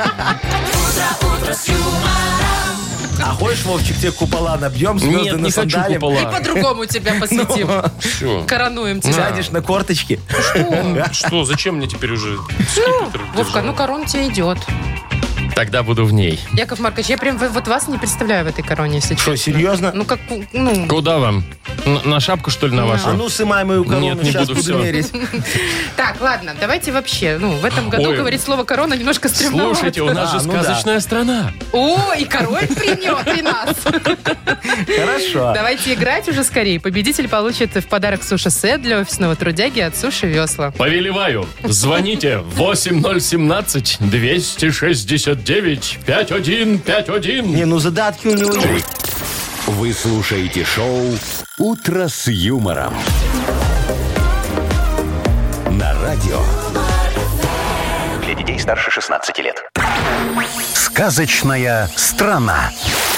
А хочешь, Вовчик, тебе купола набьем, звезды Нет, на не хочу сандале? И купола. по-другому тебя посвятим. Всё. Коронуем тебя. Сядешь на корточки. Что, зачем мне теперь уже скипетр Вовка, держать? ну корона тебе идет. Тогда буду в ней. Яков Маркович, я прям вот вас не представляю в этой короне, если Что, честно. серьезно? Ну, как, ну, Куда вам? На шапку, что ли, на А вашу? ну, сымай мою корону, Нет, не сейчас буду, буду всё. мерить. так, ладно, давайте вообще, ну, в этом году Ой. говорить слово корона немножко стремновато. Слушайте, у нас же ну да. сказочная страна. О, и король при нас. Хорошо. Давайте играть уже скорее. Победитель получит в подарок суши-сет для офисного трудяги от Суши Весла. Повелеваю, звоните 8017-269-5151. Не, ну задатки у него есть. Вы слушаете шоу «Утро с юмором». На радио. Для детей старше 16 лет. Сказочная страна.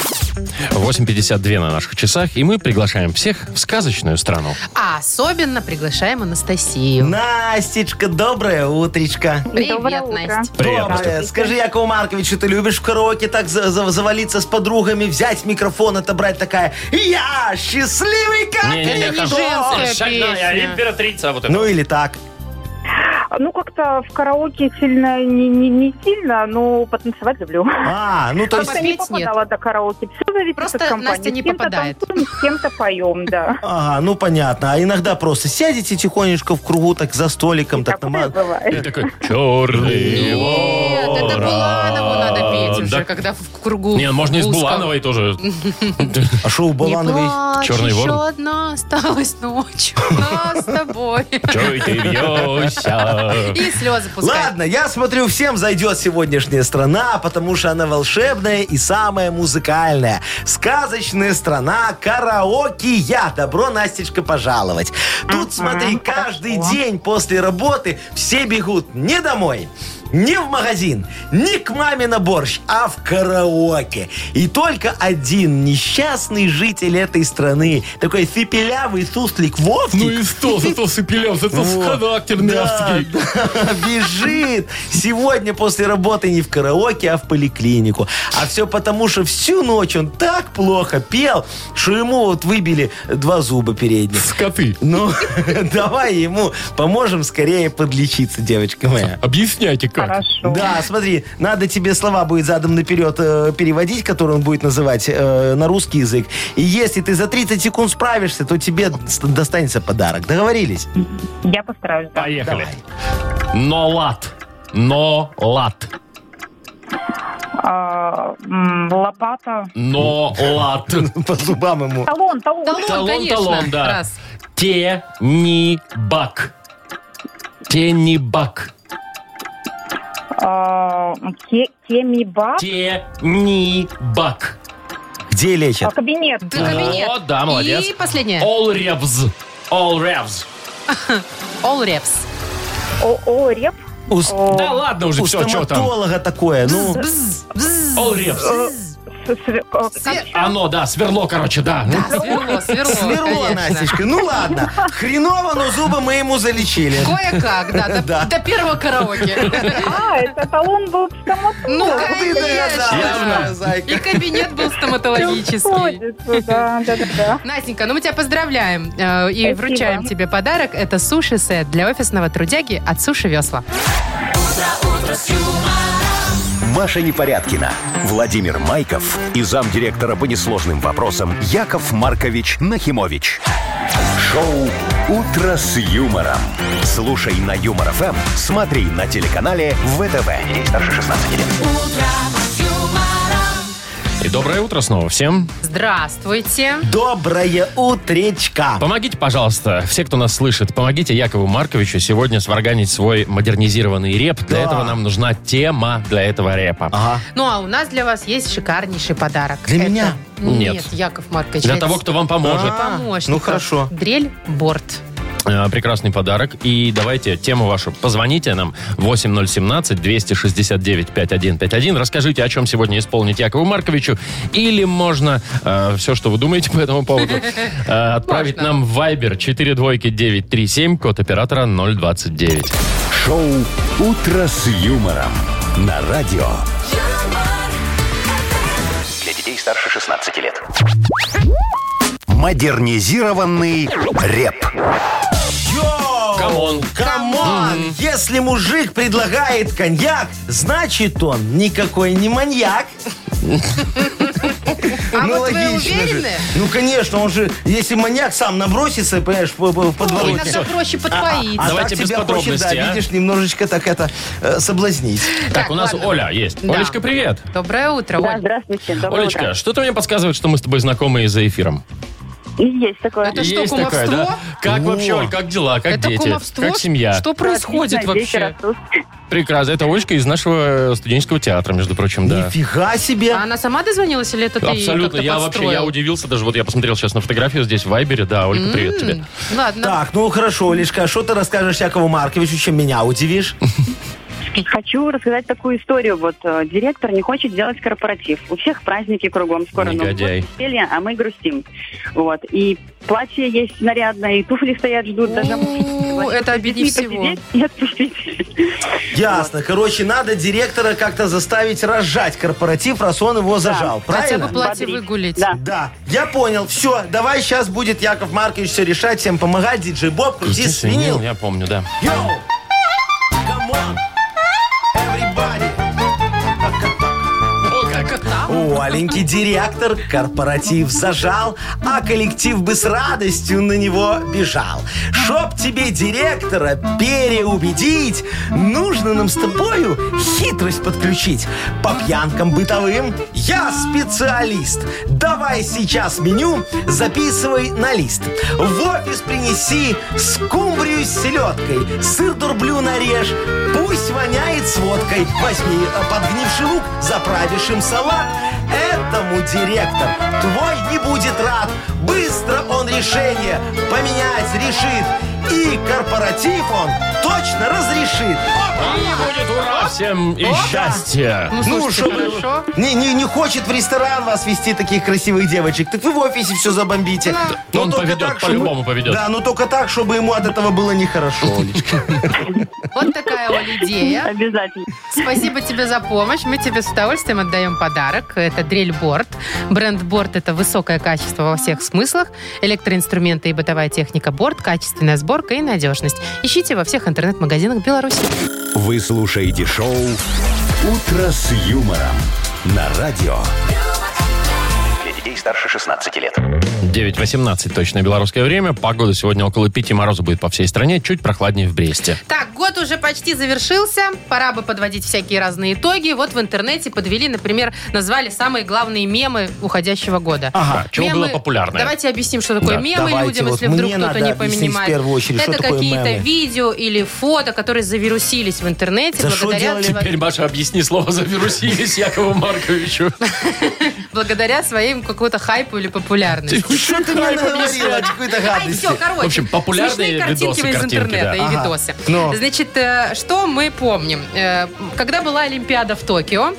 8:52 на наших часах, и мы приглашаем всех в сказочную страну. А особенно приглашаем Анастасию. Настечка, доброе утречко. Привет, Доброе утро. Настя. Приятно. Доброе. Скажи, Якову Марковичу, ты любишь в караоке так завалиться с подругами, взять микрофон, отобрать такая «Я счастливый как Не-не-не, не там женская шальная песня. императрица. Вот это. Ну или так. Ну, как-то в караоке сильно, не сильно, но потанцевать люблю. Ну то есть... Просто не Петь нет. попадала до караоке. Все зависит Просто от компании. Настя не С кем-то попадает. танцуем, с кем-то поем, да. Ага, ну понятно. А иногда просто сядете тихонечко в кругу, так за столиком, так Такое И бывает. такой, черный Нет, это Буланову надо петь уже, Да. когда в кругу. Не, можно и с узком. Булановой тоже. А шо у Не Балановой? плачь, Черный еще ворон. одна осталась ночь у нас с тобой. Чё ты вьешься? И слезы пускай. Ладно, я смотрю, всем зайдет сегодняшняя страна, потому что она волшебная и самая музыкальная. Сказочная страна караоке-я. Добро, Настечка, пожаловать. Тут, смотри, каждый день после работы все бегут не домой, не в магазин, не к маме на борщ, а в караоке. И только один несчастный житель этой страны, такой фипелявый суслик Вовчик, Ну и что, зато сыпелев, зато Вот. характерный Да, авский. да, бежит сегодня после работы не в караоке, а в поликлинику. А все потому, что всю ночь он так плохо пел, что ему вот выбили 2 зуба передних. Скоты. Ну, давай ему поможем скорее подлечиться, девочка моя. Объясняйте как. Хорошо. Да, смотри, надо тебе слова будет задом наперед переводить, которые он будет называть на русский язык. И если ты за 30 секунд справишься, то тебе достанется подарок. Договорились? Я постараюсь, да. Поехали. Нолат. Нолат. Лопата. Нолат. По зубам ему. Талон. Талон, конечно. талон, да. Раз. Тенибак. Тенибак. Кемибак. Тенибак. Где Где лечат? Кабинет. Кабинет. Вот, да, молодец. И последнее. All Revs. All Revs. All Reps. Реп. Да ладно уже, У все, что там. стоматолога такое, ну... All Revs. Оно, да, сверло, короче, да. Сверло, Сверло, конечно. Настечка. Ну ладно. Хреново, но зубы мы ему залечили. Кое-как, да, до первого караоке. Это талон был в стоматологе. Ну, Ты догадалась, конечно. зайка. И кабинет был стоматологический. Да. Настенька, ну мы тебя поздравляем и вручаем тебе подарок. Это суши-сет для офисного трудяги от Суши Весла. Маша Непорядкина, Владимир Майков и замдиректора по несложным вопросам Яков Маркович Нахимович. Шоу «Утро с юмором». Слушай на Юмор ФМ, смотри на телеканале ВТВ. Ей старше 16 лет. И доброе утро снова всем. Здравствуйте. Доброе утречка. Помогите, пожалуйста, все, кто нас слышит, помогите Якову Марковичу сегодня сварганить свой модернизированный реп. Для этого нам нужна тема для этого репа. Ага. Ну, а у нас для вас есть шикарнейший подарок. Для Это- меня? Нет, Нет. Яков Маркович. Для это того, кто вам поможет. помощников. ну хорошо. Дрель-борт. Прекрасный подарок. И давайте тему вашу. Позвоните нам 8017-269-5151. Расскажите, о чем сегодня исполнить Якову Марковичу. Или можно все, что вы думаете по этому поводу, отправить Можно. нам в Viber 42937, код оператора 029. Шоу «Утро с юмором» на радио. Для детей старше 16 лет. Модернизированный реп. Йоу! Камон. Камон! Если мужик предлагает коньяк, значит он никакой не маньяк. А Ну, вот вы логично же. уверены? Ну, конечно, он же, если маньяк сам набросится, понимаешь, в подворотне. Иногда проще подпоить. А Давайте так без тебя хочет, подробностей, да, а? видишь, немножечко так соблазнить. Так, у нас ладно. Оля есть. Да. Олечка, привет. Доброе утро, Да, Оль. здравствуйте. Доброе Олечка, утро. что-то мне подсказывает, что мы с тобой знакомы за эфиром. Есть такое. Это что, Есть такое, кумовство? да? Как О. вообще, Оль, как дела, как Это дети, кумовство? как семья? Что происходит Отлично, дети вообще? растут. Прекрасно. Это Олечка из нашего студенческого театра, между прочим, да. Нифига себе. А она сама дозвонилась или это ты Абсолютно. как-то Я подстроил? удивился даже. Вот я посмотрел сейчас на фотографию здесь в Вайбере. Да, Ольга, привет тебе. Ладно. Так, ну хорошо, Олечка, а что ты расскажешь Якову Марковичу, чем меня удивишь? Хочу рассказать такую историю. Вот директор не хочет делать корпоратив. У всех праздники кругом. Скоро Новый Негодяй. год, веселье, а мы грустим. Вот. И платье есть нарядное, и туфли стоят, ждут. Даже это обиднее всего. И отпустить. Ясно. Короче, надо директора как-то заставить разжать корпоратив, раз он его зажал. Хотя Правильно? бы платье Бодрить. выгулить. Да. Да, я понял. Все, давай сейчас будет Яков Маркович все решать, всем помогать. Диджей Боб, крути свинил. Я помню, да. Йоу! Come on! Everybody! Оленький директор корпоратив зажал, а коллектив бы с радостью на него бежал. Чтоб тебе директора переубедить, нужно нам с тобою хитрость подключить. По пьянкам бытовым я специалист. Давай сейчас меню записывай на лист. В офис принеси скумбрию с селедкой, сыр дурблю нарежь, пусть воняет с водкой. Возьми подгнивший лук, заправишь им салат. Этому директор твой не будет рад. Быстро он решение поменять решит. И корпоратив он точно разрешит. И будет ура всем и счастья. Ну, слушайте, чтобы хорошо. не хочет в ресторан вас вести таких красивых девочек, так вы в офисе все забомбите. Он только поведет, так, чтобы- по-любому поведет. Да, но только так, чтобы ему от этого было нехорошо, Олечка. Вот такая, Оль, идея. Обязательно. Спасибо тебе за помощь. Мы тебе с удовольствием отдаем подарок. Это дрель-борт. Бренд «Борт» — это высокое качество во всех смыслах. Электроинструменты и бытовая техника «Борт», качественная сборка и надежность. Ищите во всех интернет-магазинах Беларуси. Вы слушаете шоу «Утро с юмором» на радио. Для детей старше 16 лет. 9:18 точное белорусское время. Погода сегодня около 5 мороза будет по всей стране. Чуть прохладнее в Бресте. Так, год уже почти завершился. Пора бы подводить всякие разные итоги. Вот в интернете подвели, например, назвали самые главные мемы уходящего года. Ага. Чего было популярное? Давайте объясним, что такое Да. мемы Давайте, людям, вот если вдруг мне кто-то надо не объяснить понимает. в первую очередь, что Это такое какие-то мемы. видео или фото, которые завирусились в интернете. За что благодаря делали? Теперь, Маша, объясни слово «завирусились» Якову Марковичу. благодаря своим какому-то хайпу или популярности. Что ты мне наговорила? Какой-то Ай, гадости. все, короче. В общем, популярные смешные картинки видосы, из картинки, интернета да. и Ага. видосы. Ну. Значит, что мы помним? Когда была Олимпиада в Токио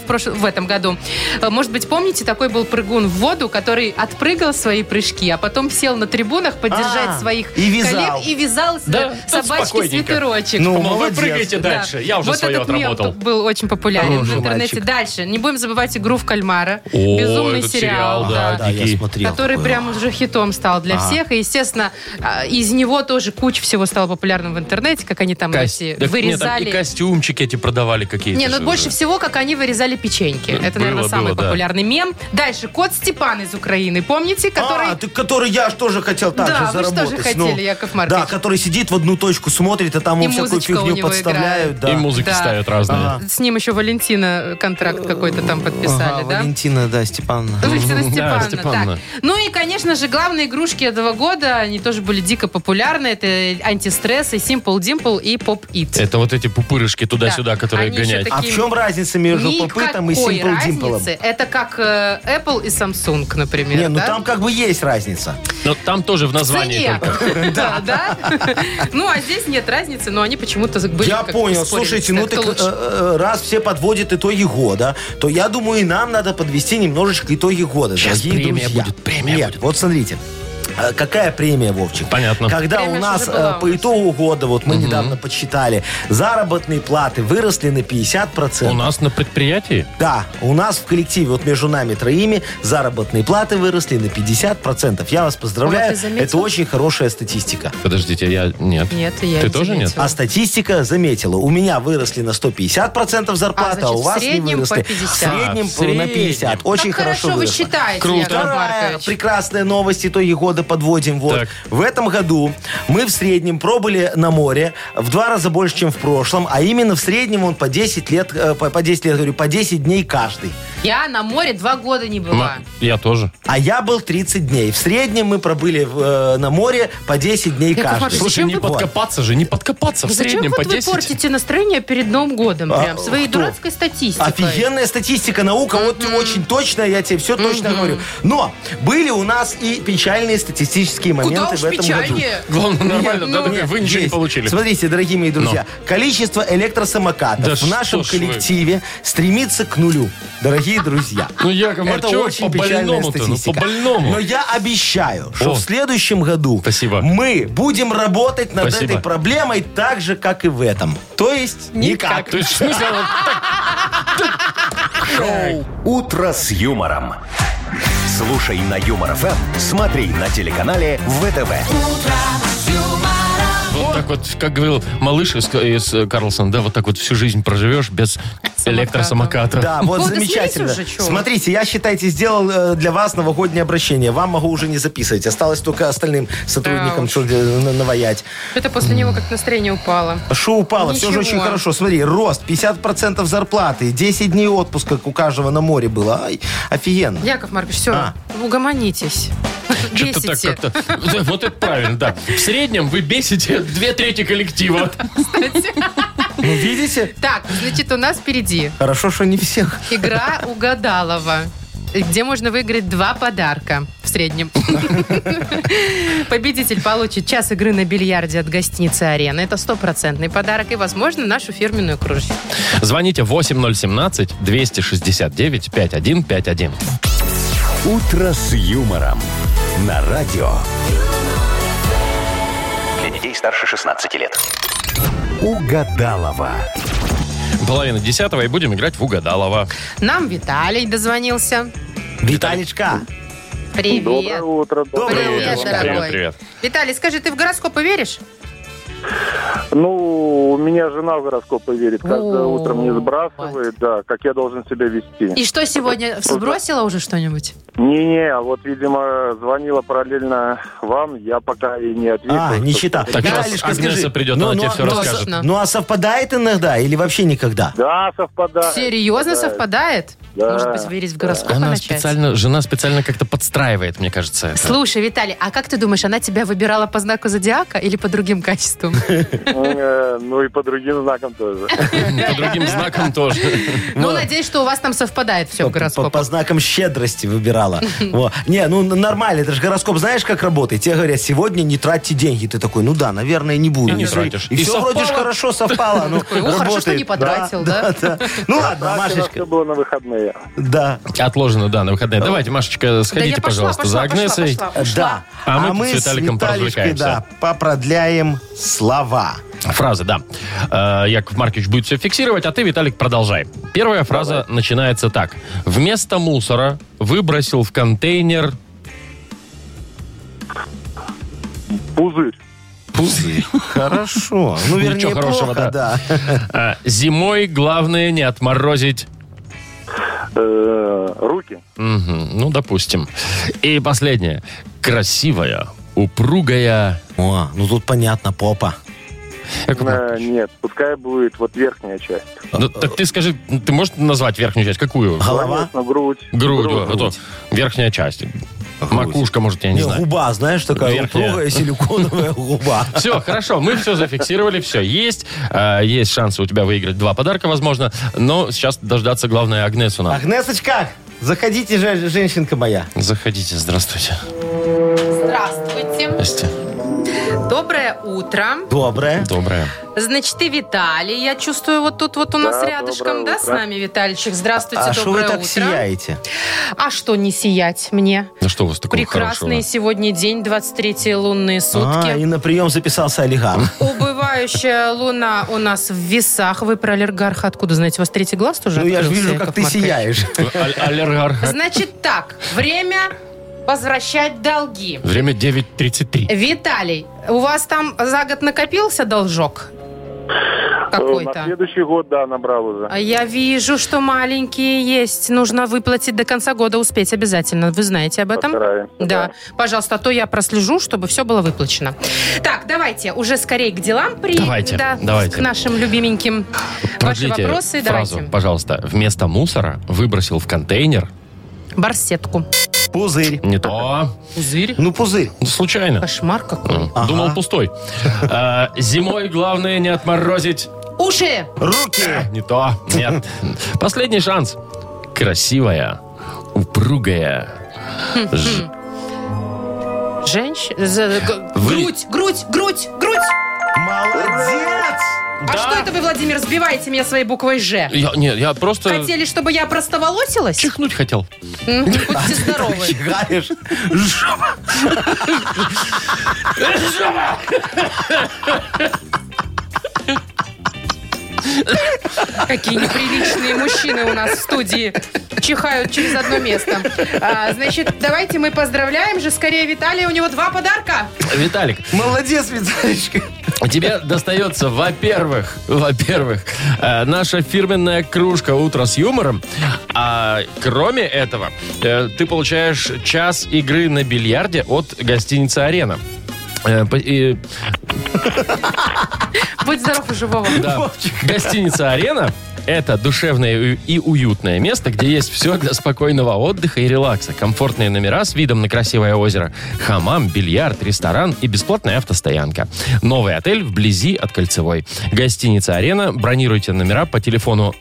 в этом году, может быть, помните, такой был прыгун в воду, который отпрыгал свои прыжки, а потом сел на трибунах поддержать своих и вязал. коллег и вязал Да, собачки спокойненько. свитерочек. Ну, Мол, вы молодец. прыгайте Да. дальше. Я уже вот свое этот мем отработал. был очень популярен Хороший в интернете. мальчик. Дальше. Не будем забывать игру в кальмара. О, Безумный этот сериал. сериал, Да, я дикий. смотрел. Который такой. прям уже хитом стал для всех. И, естественно, из него тоже куча всего стало популярным в интернете, как они там эти Так нет, там и вырезали. костюмчики эти продавали какие-то. Не, ну же больше уже. всего, как они вырезали печеньки. Это, наверное, самый да. популярный мем. Дальше, кот Степан из Украины. Помните? Который я же тоже хотел так Да, же вы же заработать. тоже хотели, Яков Маркович. Да, который сидит в одну точку, смотрит, а там И ему всякую музычка у фигню него подставляют. Да. И музыки Да. ставят разные. Ага. С ним еще Валентина контракт какой-то там подписали, Ага, да? Валентина, да, Степановна. Валентина Да, Степановна. Степановна. Так. Ну и, конечно же, главные игрушки этого года, они тоже были дико популярны. Это антистресс, и Simple Dimple, и Pop It. Это вот эти пупырышки туда-сюда, Да. которые Они еще гонять. такие- А в чем разница между Никакой попытом и Simple Dimple? разницы. Это как Apple и Samsung, например. Не, ну да? там как бы есть разница. Но там тоже в названии Цене. только. Да. Ну, а здесь нет разницы, но они почему-то были Я как-то понял. спорили, Слушайте, ну кто так лучше. раз все подводят итоги года, то я думаю, и нам надо подвести немножечко итоги года. Сейчас дорогие премия друзья. будет, премия Нет, будет. вот смотрите. Какая премия, Вовчик? Понятно. Когда Премия у же нас уже была у по нас. итогу года, вот мы недавно подсчитали, заработные платы выросли на 50%. У нас на предприятии? Да, у нас в коллективе, вот между нами троими, заработные платы выросли на 50%. Я вас поздравляю. О, ты заметил? Это очень хорошая статистика. Подождите, я... Нет. Нет, я Ты не тоже нет? заметила. А статистика заметила, у меня выросли на 150% зарплата, значит, а у в вас среднем не выросли. по 50. В среднем в среднем. на 50. Очень Как хорошо вы выросло. считаете, Круто. Яков Вторая Маркович? прекрасная новость, итоги года подводим. Вот. Так. В этом году мы в среднем пробыли на море в 2 раза больше, чем в прошлом, а именно в среднем он по 10 лет, по 10 лет, говорю, по 10 дней каждый. Я на море 2 года не была. Я тоже. А я был 30 дней. В среднем мы пробыли на море по 10 дней Яков каждый. Маркович, Слушай, зачем не вы- подкопаться же, не подкопаться. В Зачем среднем вот по вы 10. портите настроение перед Новым годом? Прям своей кто? дурацкой статистикой. Офигенная статистика, наука, вот очень точно, я тебе все точно говорю. Но были у нас и печальные статистические моменты Куда уж в этом году. печальнее. Главное, нормально, да, ну, вы ничего не Есть. получили. Смотрите, дорогие мои друзья, количество электросамокатов Да в нашем что ж вы. коллективе стремится к нулю, дорогие друзья. Ну, Яков Это Маркович, очень печальная по-больному-то, ну, статистика. по-больному. Но я обещаю, что О. в следующем году Спасибо. мы будем работать над Спасибо. этой проблемой так же, как и в этом. То есть никак. То есть, в смысле, Шоу «Утро с юмором». Слушай на Юмор ФМ, смотри на телеканале ВТВ. вот так вот, как говорил малыш из Карлсон, да, вот так вот всю жизнь проживешь без электросамоката. Да, вот О, да замечательно. смирись уже, чё? Смотрите, я, считайте, сделал для вас новогоднее обращение. Вам могу уже не записывать. Осталось только остальным сотрудникам уж. что наваять. Это после него как настроение упало. Шо упало? Все же Ничего. очень хорошо. Смотри, рост, 50% зарплаты, 10 дней отпуска, как у каждого на море было. Ай, офигенно. Яков Маркович, все, угомонитесь. Что-то так Бесите. как-то... Вот это правильно, да. В среднем вы бесите 2/3 коллектива. Ну, видите? Так, значит, у нас впереди Хорошо, что не всех. игра «Угадалова», где можно выиграть 2 подарка в среднем. Победитель получит час игры на бильярде от гостиницы «Арена». Это 100% подарок и, возможно, нашу фирменную кружку. Звоните 8017-269-5151. «Утро с юмором» на радио. Для детей старше 16 лет. Угадалова. 9:30 и будем играть в Угадалова. Нам Виталий дозвонился. Виталичка. Привет. Доброе утро. Доброе Привет, утро. дорогой. Привет. Виталий, скажи, ты в гороскопы веришь? Ну, у меня жена в гороскопы верит. Каждое О, утро мне сбрасывает, да, как я должен себя вести. И что сегодня, сбросила уже что-нибудь? Не-не, а вот, видимо, звонила параллельно вам, я пока и не ответил. Не читал. Так сейчас Агнеса придет, она тебе все расскажет. Ну, а совпадает иногда или вообще никогда? Да, совпадает. Серьезно совпадает? Да. Может быть, верить в гороскоп начать? Жена специально как-то подстраивает, мне кажется. Это. Слушай, Виталий, а как ты думаешь, она тебя выбирала по знаку зодиака или по другим качествам? Ну и по другим знакам тоже. По другим знакам тоже. Ну, надеюсь, что у вас там совпадает все в гороскопе. По знакам щедрости выбирала. Не, ну нормально, это же гороскоп, знаешь, как работает? Тебе говорят, сегодня не тратьте деньги. Ты такой, ну да, наверное, не буду. И не тратишь. И все вроде же хорошо совпало. Хорошо, что не потратил, да? Ну ладно, У нас Машечка. все было на выходные. Да. Отложено, да, на выходные. Давайте, Машечка, сходите, пожалуйста, за Агнесой. Да. А мы с Виталиком Виталичкой, поразвлекаемся. попродляем слова. Фразы, да. Яков Маркович будет все фиксировать, а ты, Виталик, продолжай. Первая фраза начинается так. Вместо мусора выбросил в контейнер... Пузырь. Пузырь. Хорошо. Ну, вернее, Ничего хорошего, плохо, да. Зимой главное не отморозить... Руки. Мгм, ну, допустим. И последнее. Красивая, упругая... О, ну тут понятно, попа. Яков Маркович, Нет, пускай будет вот верхняя часть. ну, так ты скажи, ты можешь назвать верхнюю часть? Какую? Голова? Конечно, грудь. Грудь. А то верхняя часть. Макушка, может, я не знаю. Губа, знаешь, такая Верхняя. упругая силиконовая губа. Все, хорошо, мы все зафиксировали, все есть. Есть шансы у тебя выиграть 2 подарка, возможно. Но сейчас дождаться, главное, Агнесу нам. Агнесочка, заходите, женщинка моя. Заходите, здравствуйте. Здравствуйте. Здрасте. Доброе утро. Доброе. Доброе. Значит, и Виталий, я чувствую, вот тут вот у нас Да, рядышком, доброе да, утро. с нами Витальчик? Здравствуйте, А что вы доброе так утро. сияете? А что не сиять мне? Ну что у вас такого Прекрасный хорошего? сегодня день, 23-е лунные сутки. И на прием записался олигарх. Убывающая луна у нас в весах. Вы про олигарха откуда знаете? У вас третий глаз тоже Ну, я же открылся, вижу, Яков как ты Маркович? сияешь. Аллергарх. Значит так, время возвращать долги. Время 9:33. Виталий, у вас там за год накопился должок? На Какой-то? следующий год, да, набрал уже. А я вижу, что маленькие есть. Нужно выплатить до конца года, успеть обязательно. Вы знаете об этом? Постараемся, Да. да. Пожалуйста, а то я прослежу, чтобы все было выплачено. Так, давайте уже скорее к делам Давайте. к нашим любименьким. Ваши Продлите вопросы, фразу, давайте. пожалуйста. Вместо мусора выбросил в контейнер. Барсетку. Пузырь. Не то. Пузырь. Ну, пузырь. Ну, случайно. Кошмар какой. Думал, пустой. Зимой главное не отморозить. Уши. Руки. Не то. Нет. Последний шанс. Красивая, упругая. Вы- Грудь. Молодец. А что это вы, Владимир, сбиваете меня своей буквой «Ж»? Я просто Хотели, чтобы я простоволосилась? чихнуть хотел. Будьте здоровы. Чихаешь. Какие неприличные мужчины у нас в студии чихают через одно место. Значит, давайте мы поздравляем же скорее Виталия. У него 2 подарка. Виталик, Молодец, Виталичка. тебе достается, во-первых, наша фирменная кружка «Утро с юмором». А кроме этого, ты получаешь час игры на бильярде от гостиницы «Арена». Будь здоров и живого. Да. Гостиница «Арена» — это душевное и уютное место, где есть все для спокойного отдыха и релакса. Комфортные номера с видом на красивое озеро, хамам, бильярд, ресторан и бесплатная автостоянка. Новый отель вблизи от Кольцевой. Гостиница «Арена». Бронируйте номера по телефону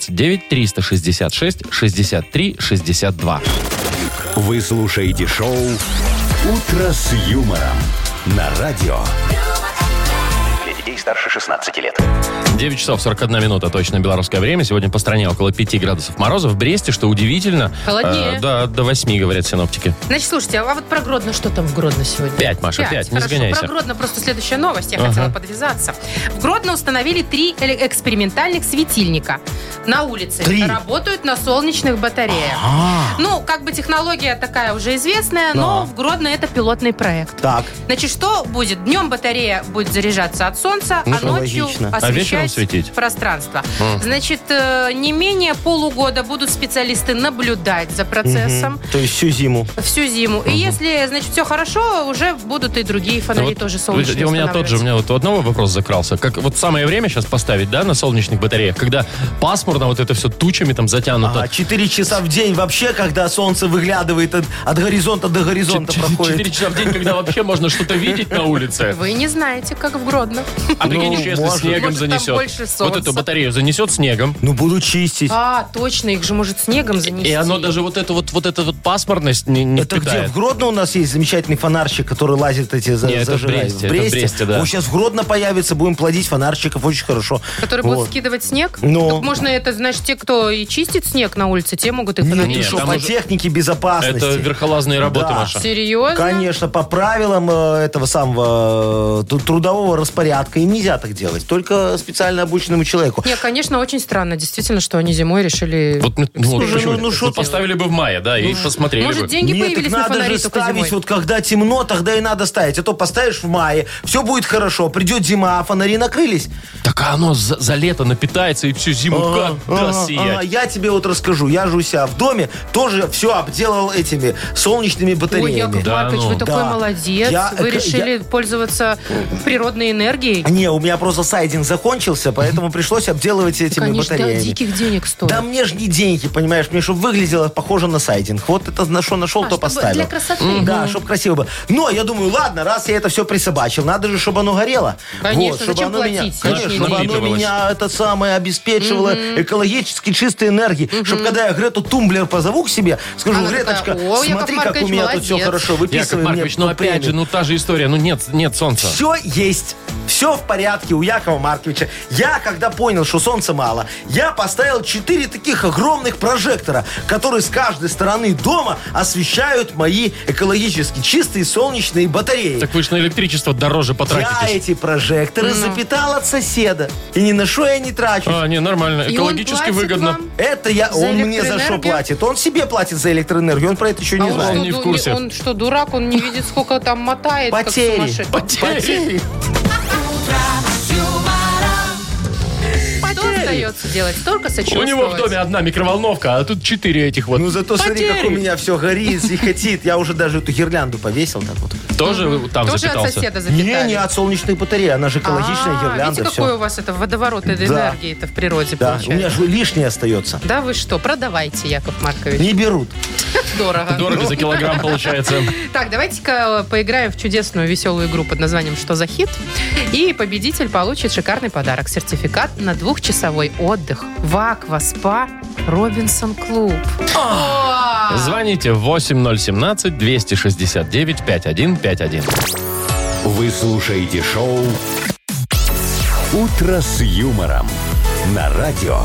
029-366-63-62. Вы слушаете шоу «Утро с юмором» на радио. Для детей старше 16 лет. 9 часов 41 минута, точно белорусское время. Сегодня по стране около 5 градусов мороза. В Бресте, что удивительно, Холоднее. да, до 8, говорят синоптики. Значит, слушайте, а вот про Гродно, что там в Гродно сегодня? 5, Маша, 5, не Хорошо. загоняйся. Про Гродно просто следующая новость. Я хотела подвязаться. В Гродно установили 3 экспериментальных светильника. На улице. 3. Работают на солнечных батареях. Ну, как бы технология такая уже известная, но в Гродно это пилотный проект. Так. Значит, что будет? Днем батарея будет заряжаться от солнца, а ночью логично. А вечером светить. Пространство. Значит, не менее полугода будут специалисты наблюдать за процессом. То есть всю зиму. Всю зиму. И если, значит, все хорошо, уже будут и другие фонари тоже солнечные у меня вот у одного вопрос закрался. Как вот самое время сейчас поставить, да, на солнечных батареях, когда пасмурно, вот это все тучами там затянуто. 4 часа в день вообще, когда солнце выглядывает от горизонта до горизонта проходит. 4 часа в день, когда вообще можно что-то видеть на улице. Вы не знаете, как в Гродно. А прикинь, еще если снегом Может, там занесет. больше солнца. Вот эту батарею занесет снегом. Ну, буду чистить. Точно, их же может снегом занести. И оно даже вот эту пасмурность не Это где? впитает. В Гродно у нас есть замечательный фонарщик, который лазит эти Нет, это в зажигает. Бресте, это в Бресте, да. Вот сейчас в Гродно появится, будем плодить фонарщиков, очень хорошо. Которые будут скидывать снег? Ну. Так можно это, значит, те, кто и чистит снег на улице, те могут их Нет, фонари. ты что, там по уже- технике безопасности. Это верхолазные работы, Да. Маша. Серьезно? Конечно, по правилам этого самого трудового распорядка им нельзя так делать. Только специально обученному человеку. Нет, конечно, очень странно, действительно, что они зимой решили... Вот, Слушай, почему? ну что Ну, ты? поставили бы в мае, да, и посмотрели Может, бы. деньги Нет, появились так на надо фонари же только ставить, зимой? вот когда темно, тогда и надо ставить. А то поставишь в мае, все будет хорошо, придет зима, а фонари накрылись. Так а оно за лето напитается и всю зиму как даст сиять. Я тебе вот расскажу. Я же у себя в доме тоже все обделал этими солнечными Ой, батареями. Яков Да, Маркович, ну. вы такой Да. молодец. Вы решили пользоваться природной энергией. Не, у меня просто сайдинг закончился, поэтому пришлось обделывать этими Конечно, да, батареями. диких денег стоит. Да мне же не деньги, понимаешь, мне чтобы выглядело похоже на сайдинг. Вот это на что нашел, то чтобы поставил. для красоты. Да, чтобы красиво было. Но я думаю, ладно, раз я это все присобачил, надо же, чтобы оно горело. Конечно, чтобы зачем оно меня, платить конечно, лишние чтобы оно деньги? меня это самое обеспечивало экологически чистой энергией. Чтобы когда я Грету Тумблер позову к себе, скажу, Она Греточка, такая: «О, Яков смотри, как у Маркович, меня тут все молодец». хорошо, Яков выписывай мне Маркович, ну опять же, премию. та же история. Ну нет солнца. Все есть. Все в порядке у Якова Марковича. Я, когда понял, что солнца мало, я поставил 4 таких огромных прожектора, которые с каждой стороны дома освещают мои экологически чистые солнечные батареи. Так вы же на электричество дороже Я потратитесь. эти прожекторы запитал от соседа. И ни на что я не трачу. Не, нормально. И он Экологически платит выгодно. вам? Это он мне за что электроэнергию? платит? Он себе платит за электроэнергию. Он про это еще не он знает. Он не в курсе. Он что, дурак? Он не видит, сколько там мотает, как Потери. сумасшедший. Потери. Что остается делать? Только У сочувствовать. него в доме одна микроволновка, а тут 4 этих вот. Ну зато смотри, как у Потери. меня все горит, зихотит. Я уже даже эту гирлянду повесил. Так вот. Тоже вы там Тоже от запитался? соседа запитали? Не от солнечных батарей. Она же экологичная гирлянда. Видите, всё. какой у вас это водоворот этой Да. энергии-то в природе Да, у получается? меня же лишнее остается. Да вы что, продавайте, Яков Маркович. Не берут. Дорого. Дорого за килограмм получается. Так, давайте-ка поиграем в чудесную веселую игру под названием «Что за хит?». И победитель получит шикарный подарок. Сертификат на 2-часовой отдых в Акваспа Робинсон Клуб. Звоните 8017-269-5151. Вы слушаете шоу «Утро с юмором» на радио.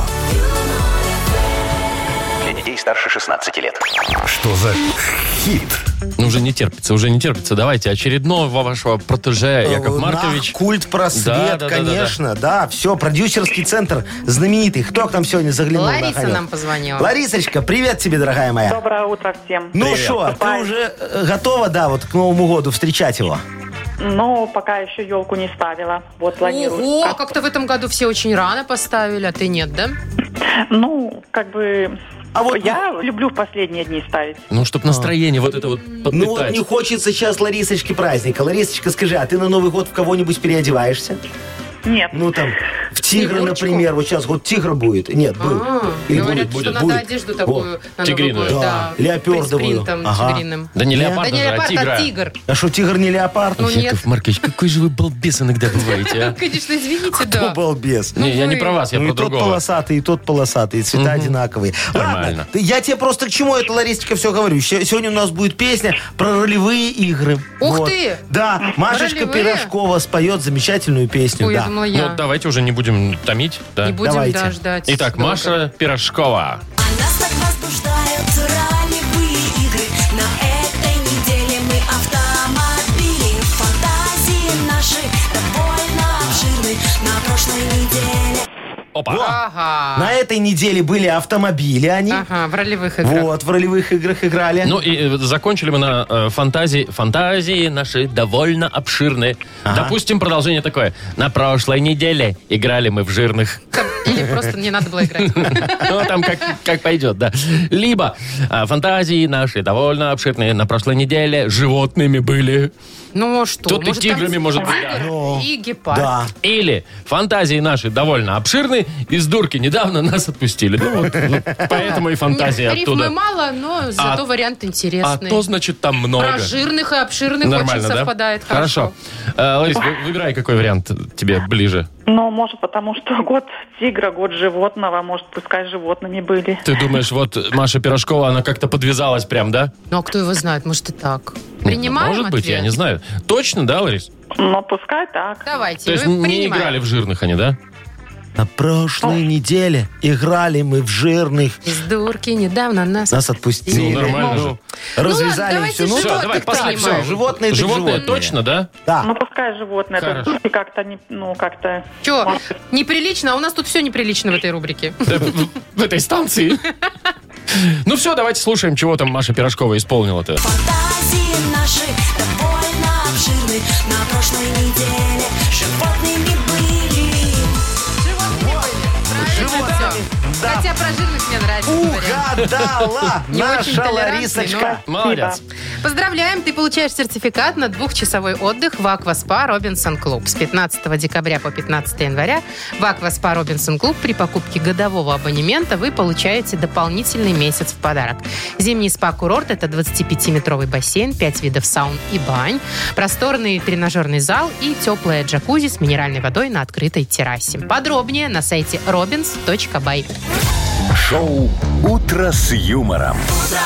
Для детей старше 16 лет. Что за хит? Ну, уже не терпится. Давайте очередного вашего протеже, Яков Маркович. Культ просвет, Да. конечно. Да, все, продюсерский центр знаменитый. Кто к нам сегодня заглянул на Лариса огонек? нам позвонила. Ларисочка, привет тебе, дорогая моя. Доброе утро всем. Ну Привет. что, ты уже готова, да, вот к Новому году встречать его? Но пока еще елку не ставила. Вот планирую. Ого, а как-то в этом году все очень рано поставили, а ты нет, да? Ну, как бы... А вот я люблю в последние дни ставить. Ну, чтобы настроение вот это вот Ну вот подпитать. не хочется сейчас Ларисочке праздника. Ларисочка, скажи, а ты на Новый год в кого-нибудь переодеваешься? Нет. Ну там, в тигра, Снегурочку? например. Вот сейчас вот тигр будет. Нет, был. Или Говорят, будет, что будет, надо будет. одежду такую на Новый Тигриную. год, Да, леопардовую. С принтом Ага. тигриным. Да не леопард Да не же, а леопард, тигра. а тигр. А что, тигр не леопард? Ну, нет. Яков Маркович, какой же вы балбес иногда бываете, а? Конечно, извините, Кто да. балбес? Не, я не вы- про вас, я Ну и про тот другого. полосатый, и тот полосатый, и цвета одинаковые. Нормально. Ладно, я тебе просто к чему это, Ларисочка, все говорю. Сегодня у нас будет песня про ролевые игры. Ух Вот. ты! Да, Машечка Ролевые? Пирожкова споет замечательную песню. Ой, я да. думала, Ну, я. давайте уже не будем томить. Да. Не будем, Давайте. да, ждать. Итак, долго. Маша Пирожкова. Нас так возбуждают ролевые игры. На этой неделе мы автомобили. Фантазии наши довольно обширны. На прошлой неделе Опа. Ага. На этой неделе были автомобили они. Ага, в ролевых играх. Вот, в ролевых играх играли. Ну и закончили мы на фантазии. Фантазии наши довольно обширные. Допустим, продолжение такое. На прошлой неделе играли мы в жирных. Или просто не надо было играть. Ну, там как пойдет, да. Либо фантазии наши довольно обширные. На прошлой неделе животными были. Ну что? Тут и тиграми, может быть, тигр и гепард. Да. Или фантазии наши довольно обширные. Из дурки недавно нас отпустили. Ну, вот поэтому и фантазия Рифмы оттуда. мало, но зато вариант А интересный. то, значит, там много. Про жирных и обширных Нормально, очень да? совпадает. Хорошо. Ларис, выбирай, какой вариант тебе ближе. Ну, может, потому что год тигра, год животного, может, пускай животными были. Ты думаешь, вот Маша Пирожкова, она как-то подвязалась прям, да? Ну, а кто его знает? Может, и так. Нет, Принимаем может быть, ответ? я не знаю. Точно, да, Ларис? Ну, пускай так. Давайте, То есть вы не принимаем. играли в жирных они, да? На прошлой неделе играли мы в жирных. Из дурки недавно нас отпустили. Ну, нормально же. Развязали давайте все. Ну, животных Всё, давай, принимаем. последний. животные так Животные животные. точно, да? Да. Ну, пускай животные. Хорошо. Это как-то, не, ну, как-то... Че, неприлично? А у нас тут все неприлично в этой рубрике. Да, в этой станции. Ну все, давайте слушаем, чего там Маша Пирожкова исполнила-то. Фантазии наши довольно обширны. На прошлой неделе животными были. Правильно все. Хотя про жирных мне нравится. вариант. Угадала Не очень наша толерантный, Ларисочка. Молодец. Поздравляем, ты получаешь сертификат на 2-часовой отдых в Акваспа Робинсон Клуб. С 15 декабря по 15 января в Акваспа Робинсон Клуб при покупке годового абонемента вы получаете дополнительный месяц в подарок. Зимний спа-курорт – это 25-метровый бассейн, 5 видов саун и бань, просторный тренажерный зал и теплая джакузи с минеральной водой на открытой террасе. Подробнее на сайте robins.by. Шоу «Утро с юмором».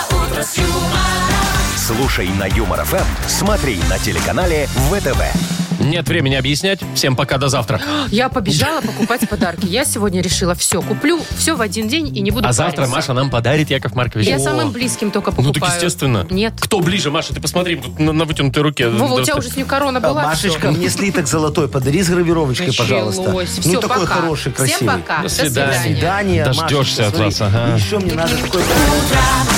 Слушай на Юмор ФМ, смотри на телеканале ВТВ. Нет времени объяснять. Всем пока, до завтра. Я побежала покупать подарки. Я сегодня решила все. Куплю все в один день и не буду А завтра париться. Маша нам подарит, Яков Маркович. Я О. самым близким только покупаю. Ну так естественно. Нет. Кто ближе, Маша? Ты посмотри, тут на вытянутой руке. Вова, у тебя уже с нее корона была. Машечка, мне слиток золотой подари с гравировочкой, пожалуйста. Началось. Ну, Все, такой пока. хороший, красивый. Всем пока. До свидания. Свидание, Дождешься Машечка, от смотри. вас, ага. Еще мне надо такой... Утро